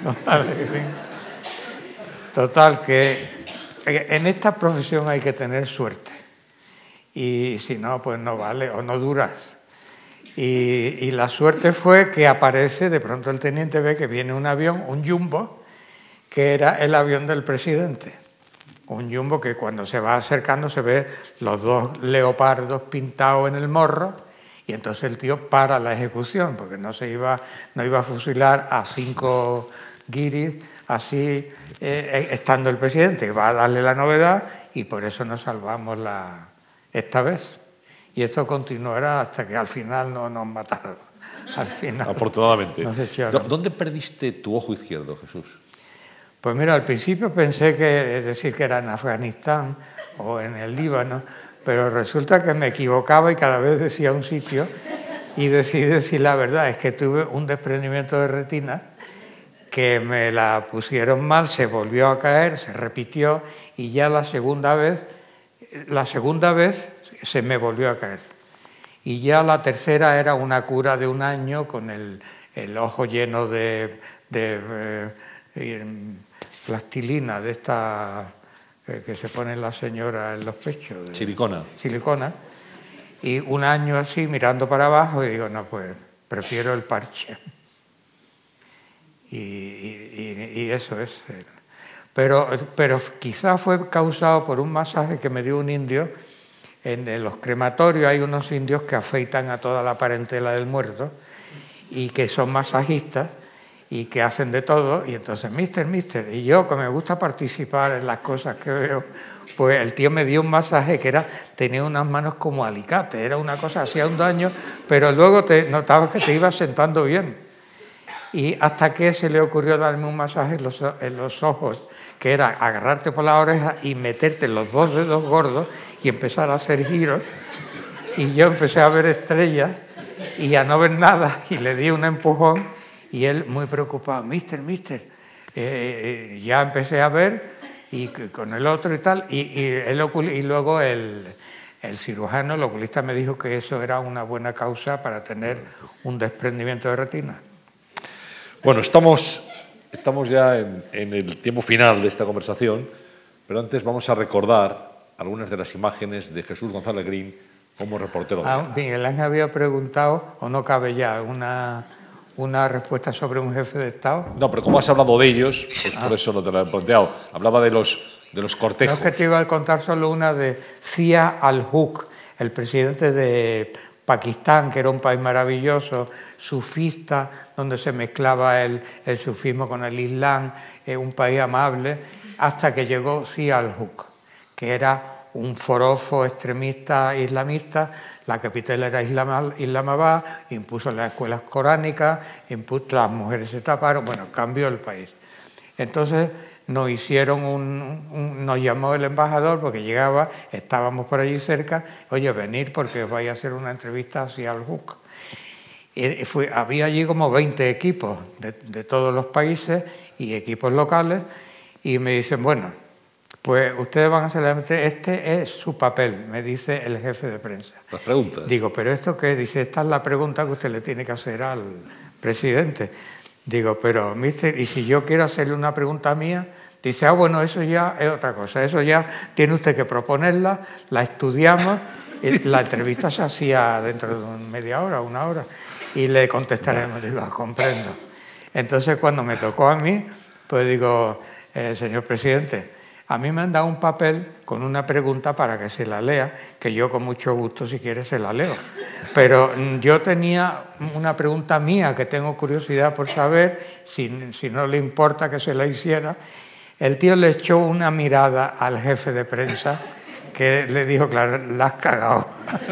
Total, que en esta profesión hay que tener suerte. Y si no, pues no vale o no duras. Y la suerte fue que aparece, de pronto el teniente ve que viene un avión, un jumbo, que era el avión del presidente. Un jumbo que cuando se va acercando se ve los 2 leopardos pintados en el morro, y entonces el tío para la ejecución, porque no iba a fusilar a 5 guiris así estando el presidente, va a darle la novedad, y por eso nos salvamos esta vez. Y esto continuará hasta que al final no nos mataron. Al final, afortunadamente. ¿Dónde perdiste tu ojo izquierdo, Jesús? Pues mira, al principio pensé que era en Afganistán o en el Líbano, pero resulta que me equivocaba y cada vez decía un sitio, y decidí decir la verdad. Es que tuve un desprendimiento de retina que me la pusieron mal, se volvió a caer, se repitió, y ya la segunda vez se me volvió a caer. Y ya la tercera era una cura de 1 año con el ojo lleno de plastilina de esta que se pone la señora en los pechos. Silicona. Y 1 año así mirando para abajo y digo, no, pues prefiero el parche. Y eso es. Pero quizás fue causado por un masaje que me dio un indio. En los crematorios hay unos indios que afeitan a toda la parentela del muerto y que son masajistas y que hacen de todo. Y entonces, mister, y yo, que me gusta participar en las cosas que veo, pues el tío me dio un masaje que tenía unas manos como alicate, era una cosa, hacía un daño, pero luego notabas que te ibas sentando bien. Y hasta que se le ocurrió darme un masaje en los ojos, que era agarrarte por la oreja y meterte los 2 dedos gordos y empezar a hacer giros. Y yo empecé a ver estrellas y a no ver nada, y le di un empujón y él muy preocupado: mister, ya empecé a ver, y con el otro y tal, y luego el cirujano, el oculista, me dijo que eso era una buena causa para tener un desprendimiento de retina. Bueno, estamos ya en el tiempo final de esta conversación, pero antes vamos a recordar algunas de las imágenes de Jesús González Green como reportero. Miguel Ángel había preguntado, o no cabe ya, una respuesta sobre un jefe de Estado. No, pero como has hablado de ellos, pues por eso no te lo he planteado. Hablaba de los cortejos. No, es que te iba a contar solo una de Zia al-Haq, el presidente de Pakistán, que era un país maravilloso, sufista, donde se mezclaba el sufismo con el islam, un país amable, hasta que llegó Zia al-Haq, que era un forofo extremista islamista. La capital era Islamabad, impuso las escuelas coránicas, las mujeres se taparon, bueno, cambió el país. Entonces nos llamó el embajador porque llegaba, estábamos por allí cerca: oye, venir porque os vais a hacer una entrevista hacia al-Haq. Había allí como 20 equipos de todos los países y equipos locales, y me dicen, bueno, pues ustedes van a hacer este es su papel, me dice el jefe de prensa. Las preguntas. Digo, ¿pero esto qué? Dice, esta es la pregunta que usted le tiene que hacer al presidente. Digo, pero, mister, ¿y si yo quiero hacerle una pregunta mía? Dice, bueno, eso ya es otra cosa, eso ya tiene usted que proponerla, la estudiamos, la entrevista se hacía dentro de media hora, 1 hora, y le contestaremos. Digo, comprendo. Entonces, cuando me tocó a mí, pues digo, señor presidente, a mí me han dado un papel con una pregunta para que se la lea, que yo con mucho gusto, si quiere, se la leo. Pero yo tenía una pregunta mía que tengo curiosidad por saber, si no le importa que se la hiciera. El tío le echó una mirada al jefe de prensa que le dijo, claro, la has cagado.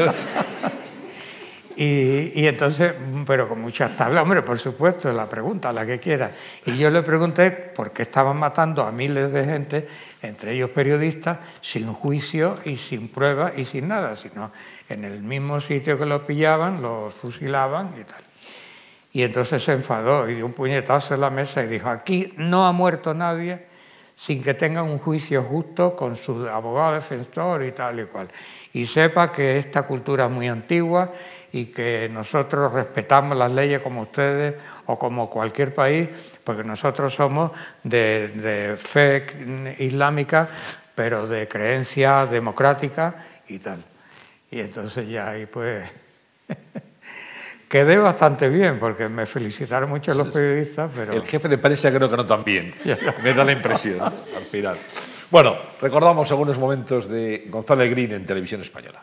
Y entonces, pero con muchas tablas, hombre, por supuesto, la pregunta, la que quiera. Y yo le pregunté por qué estaban matando a miles de gente, entre ellos periodistas, sin juicio y sin pruebas y sin nada, sino en el mismo sitio que los pillaban, los fusilaban y tal. Y entonces se enfadó y dio un puñetazo en la mesa y dijo, aquí no ha muerto nadie sin que tengan un juicio justo con su abogado defensor y tal y cual. Y sepa que esta cultura es muy antigua y que nosotros respetamos las leyes como ustedes o como cualquier país, porque nosotros somos de fe islámica, pero de creencia democrática y tal. Y entonces ya ahí pues quedé bastante bien, porque me felicitaron mucho los periodistas, pero... El jefe de prensa creo que no tan bien, me da la impresión al final. Bueno, recordamos algunos momentos de González Green en Televisión Española.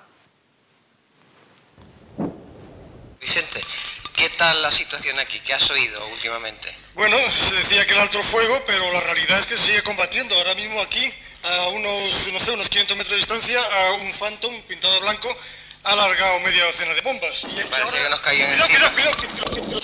Vicente, ¿qué tal la situación aquí? ¿Qué has oído últimamente? Bueno, se decía que el alto fuego, pero la realidad es que se sigue combatiendo. Ahora mismo aquí, a unos 500 metros de distancia, a un Phantom pintado blanco ha largado media docena de bombas. Me parece que nos caían encima. ¡Cuidado!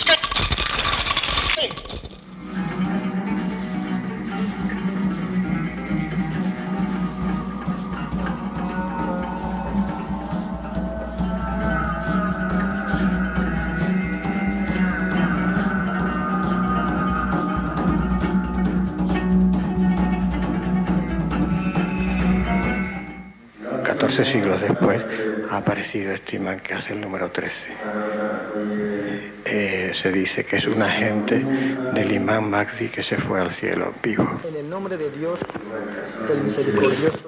Siglos después ha aparecido este imán que hace el número 13. Se dice que es un agente del imán Mahdi que se fue al cielo vivo. En el nombre de Dios, del misericordioso.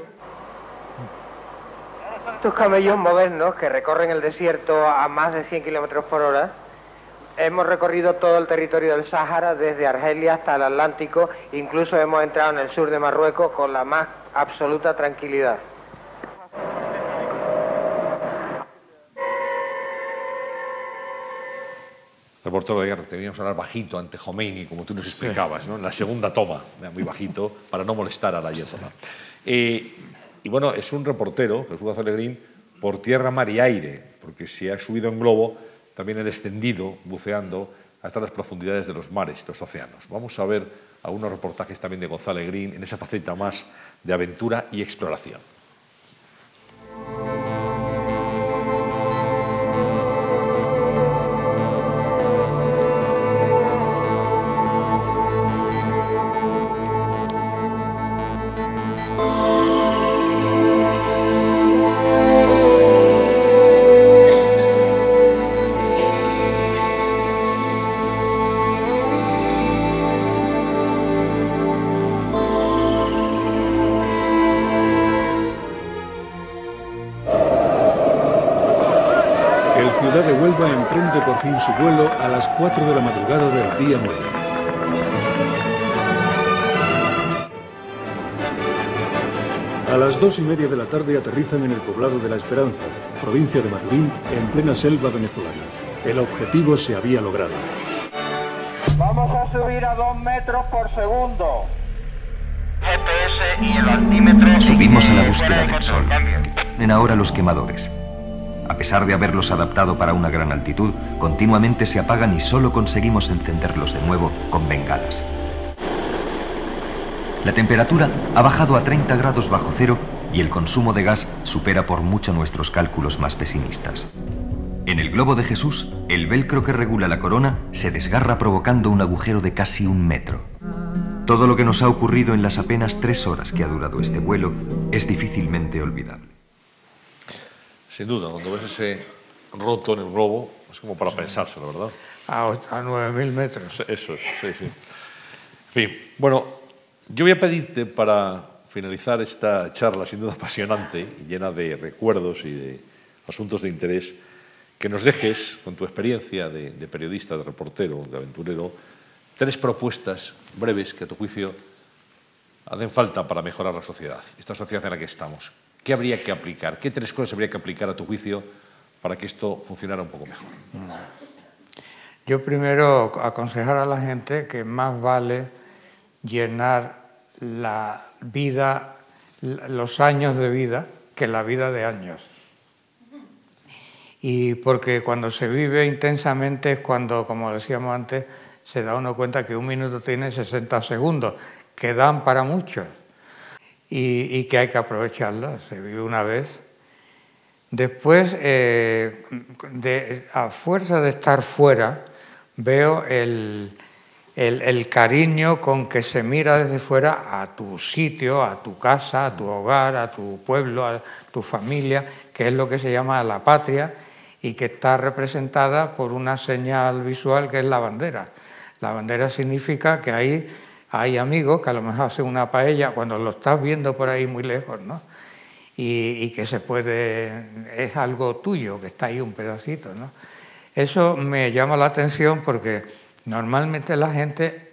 Estos camellos modernos que recorren el desierto a más de 100 kilómetros por hora. Hemos recorrido todo el territorio del Sáhara, desde Argelia hasta el Atlántico, incluso hemos entrado en el sur de Marruecos con la más absoluta tranquilidad. Reportero de guerra, teníamos que hablar bajito ante Khomeini, como tú nos explicabas, ¿no? En la segunda toma, muy bajito, para no molestar a la ayatolá. Y bueno, es un reportero, Jesús González Green, por tierra, mar y aire, porque se ha subido en globo, también ha descendido, buceando, hasta las profundidades de los mares, los océanos. Vamos a ver algunos reportajes también de González Green en esa faceta más de aventura y exploración. ciudad de Huelva emprende por fin su vuelo a las 4 de la madrugada del día 9. A las 2:30 de la tarde aterrizan en el poblado de La Esperanza, provincia de Maturín, en plena selva venezolana. El objetivo se había logrado. Vamos a subir a 2 metros por segundo. GPS y el altímetro. Subimos a la búsqueda del sol. Ven ahora los quemadores. A pesar de haberlos adaptado para una gran altitud, continuamente se apagan y solo conseguimos encenderlos de nuevo con bengalas. La temperatura ha bajado a 30 grados bajo cero y el consumo de gas supera por mucho nuestros cálculos más pesimistas. En el globo de Jesús, el velcro que regula la corona se desgarra provocando un agujero de casi 1 metro. Todo lo que nos ha ocurrido en las apenas 3 horas que ha durado este vuelo es difícilmente olvidable. Sin duda, cuando ves ese roto en el globo, es como para pensárselo, ¿verdad? A 9.000 metros. Eso es, sí, sí. En fin, bueno, yo voy a pedirte para finalizar esta charla, sin duda apasionante y llena de recuerdos y de asuntos de interés, que nos dejes, con tu experiencia de periodista, de reportero, de aventurero, 3 propuestas breves que a tu juicio hacen falta para mejorar la sociedad, esta sociedad en la que estamos. ¿Qué habría que aplicar? ¿Qué 3 cosas habría que aplicar a tu juicio para que esto funcionara un poco mejor? Yo primero aconsejar a la gente que más vale llenar la vida, los años de vida, que la vida de años. Y porque cuando se vive intensamente es cuando, como decíamos antes, se da uno cuenta que un minuto tiene 60 segundos, que dan para muchos, y que hay que aprovecharlo. Se vive una vez. Después, a fuerza de estar fuera, veo el cariño con que se mira desde fuera a tu sitio, a tu casa, a tu hogar, a tu pueblo, a tu familia, que es lo que se llama la patria, y que está representada por una señal visual que es la bandera. La bandera significa que ahí hay amigos que a lo mejor hacen una paella cuando lo estás viendo por ahí muy lejos, ¿no? Y que se puede, es algo tuyo, que está ahí un pedacito, ¿no? Eso me llama la atención porque normalmente la gente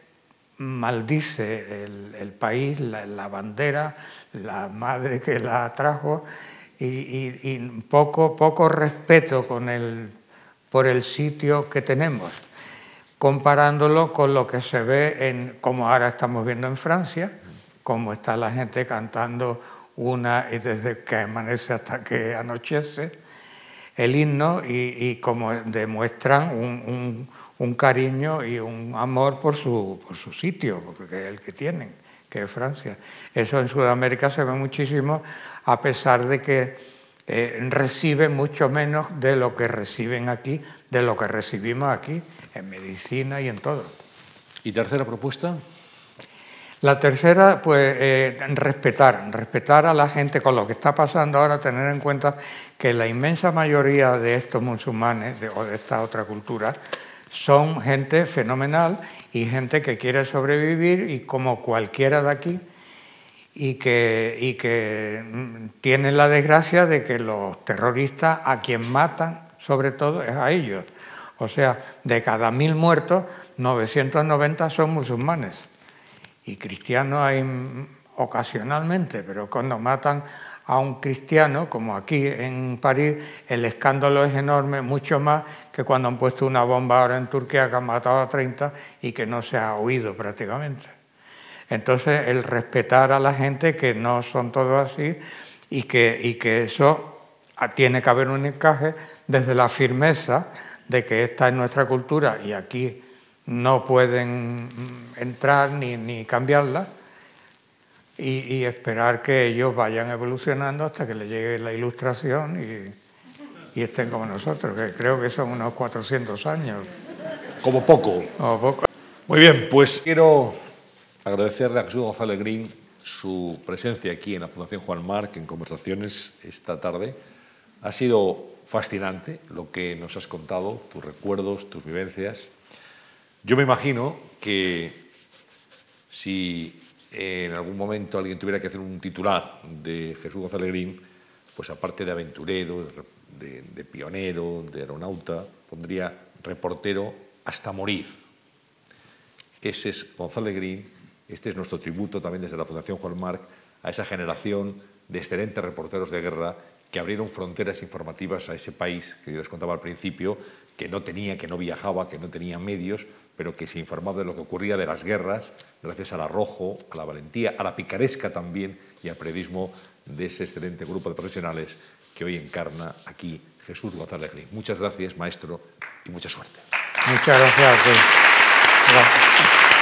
maldice el país, la bandera, la madre que la trajo, y poco respeto por el sitio que tenemos, comparándolo con lo que se ve como ahora estamos viendo en Francia, como está la gente cantando desde que amanece hasta que anochece el himno, y como demuestran un cariño y un amor por su sitio, porque es el que tienen, que es Francia. Eso en Sudamérica se ve muchísimo, a pesar de que reciben mucho menos de lo que reciben aquí, de lo que recibimos aquí, en medicina y en todo. ¿Y tercera propuesta? La tercera, pues, respetar a la gente con lo que está pasando ahora, tener en cuenta que la inmensa mayoría de estos musulmanes o de esta otra cultura son gente fenomenal y gente que quiere sobrevivir, y como cualquiera de aquí, y que tienen la desgracia de que los terroristas a quien matan sobre todo es a ellos. O sea, de cada 1000 muertos, 990 son musulmanes. Y cristianos hay ocasionalmente, pero cuando matan a un cristiano, como aquí en París, el escándalo es enorme, mucho más que cuando han puesto una bomba ahora en Turquía que han matado a 30 y que no se ha oído prácticamente. Entonces, el respetar a la gente, que no son todos así, y que eso tiene que haber un encaje desde la firmeza de que esta es nuestra cultura y aquí no pueden entrar ni cambiarla, y esperar que ellos vayan evolucionando hasta que les llegue la Ilustración y estén como nosotros, que creo que son unos 400 años. Como poco. Como poco. Muy bien, pues quiero agradecerle a Jesús González Green su presencia aquí en la Fundación Juan March en Conversaciones esta tarde. Ha sido fascinante lo que nos has contado, tus recuerdos, tus vivencias. Yo me imagino que si en algún momento alguien tuviera que hacer un titular de Jesús González Green, pues aparte de aventurero, de pionero, de aeronauta, pondría reportero hasta morir. Ese es González Green. Este es nuestro tributo también desde la Fundación Juan March a esa generación de excelentes reporteros de guerra que abrieron fronteras informativas a ese país que yo les contaba al principio, que no tenía, que no viajaba, que no tenía medios, pero que se informaba de lo que ocurría de las guerras, gracias al arrojo, a la valentía, a la picaresca también y al periodismo de ese excelente grupo de profesionales que hoy encarna aquí Jesús González Green. Muchas gracias, maestro, y mucha suerte. Muchas gracias a ti. Gracias.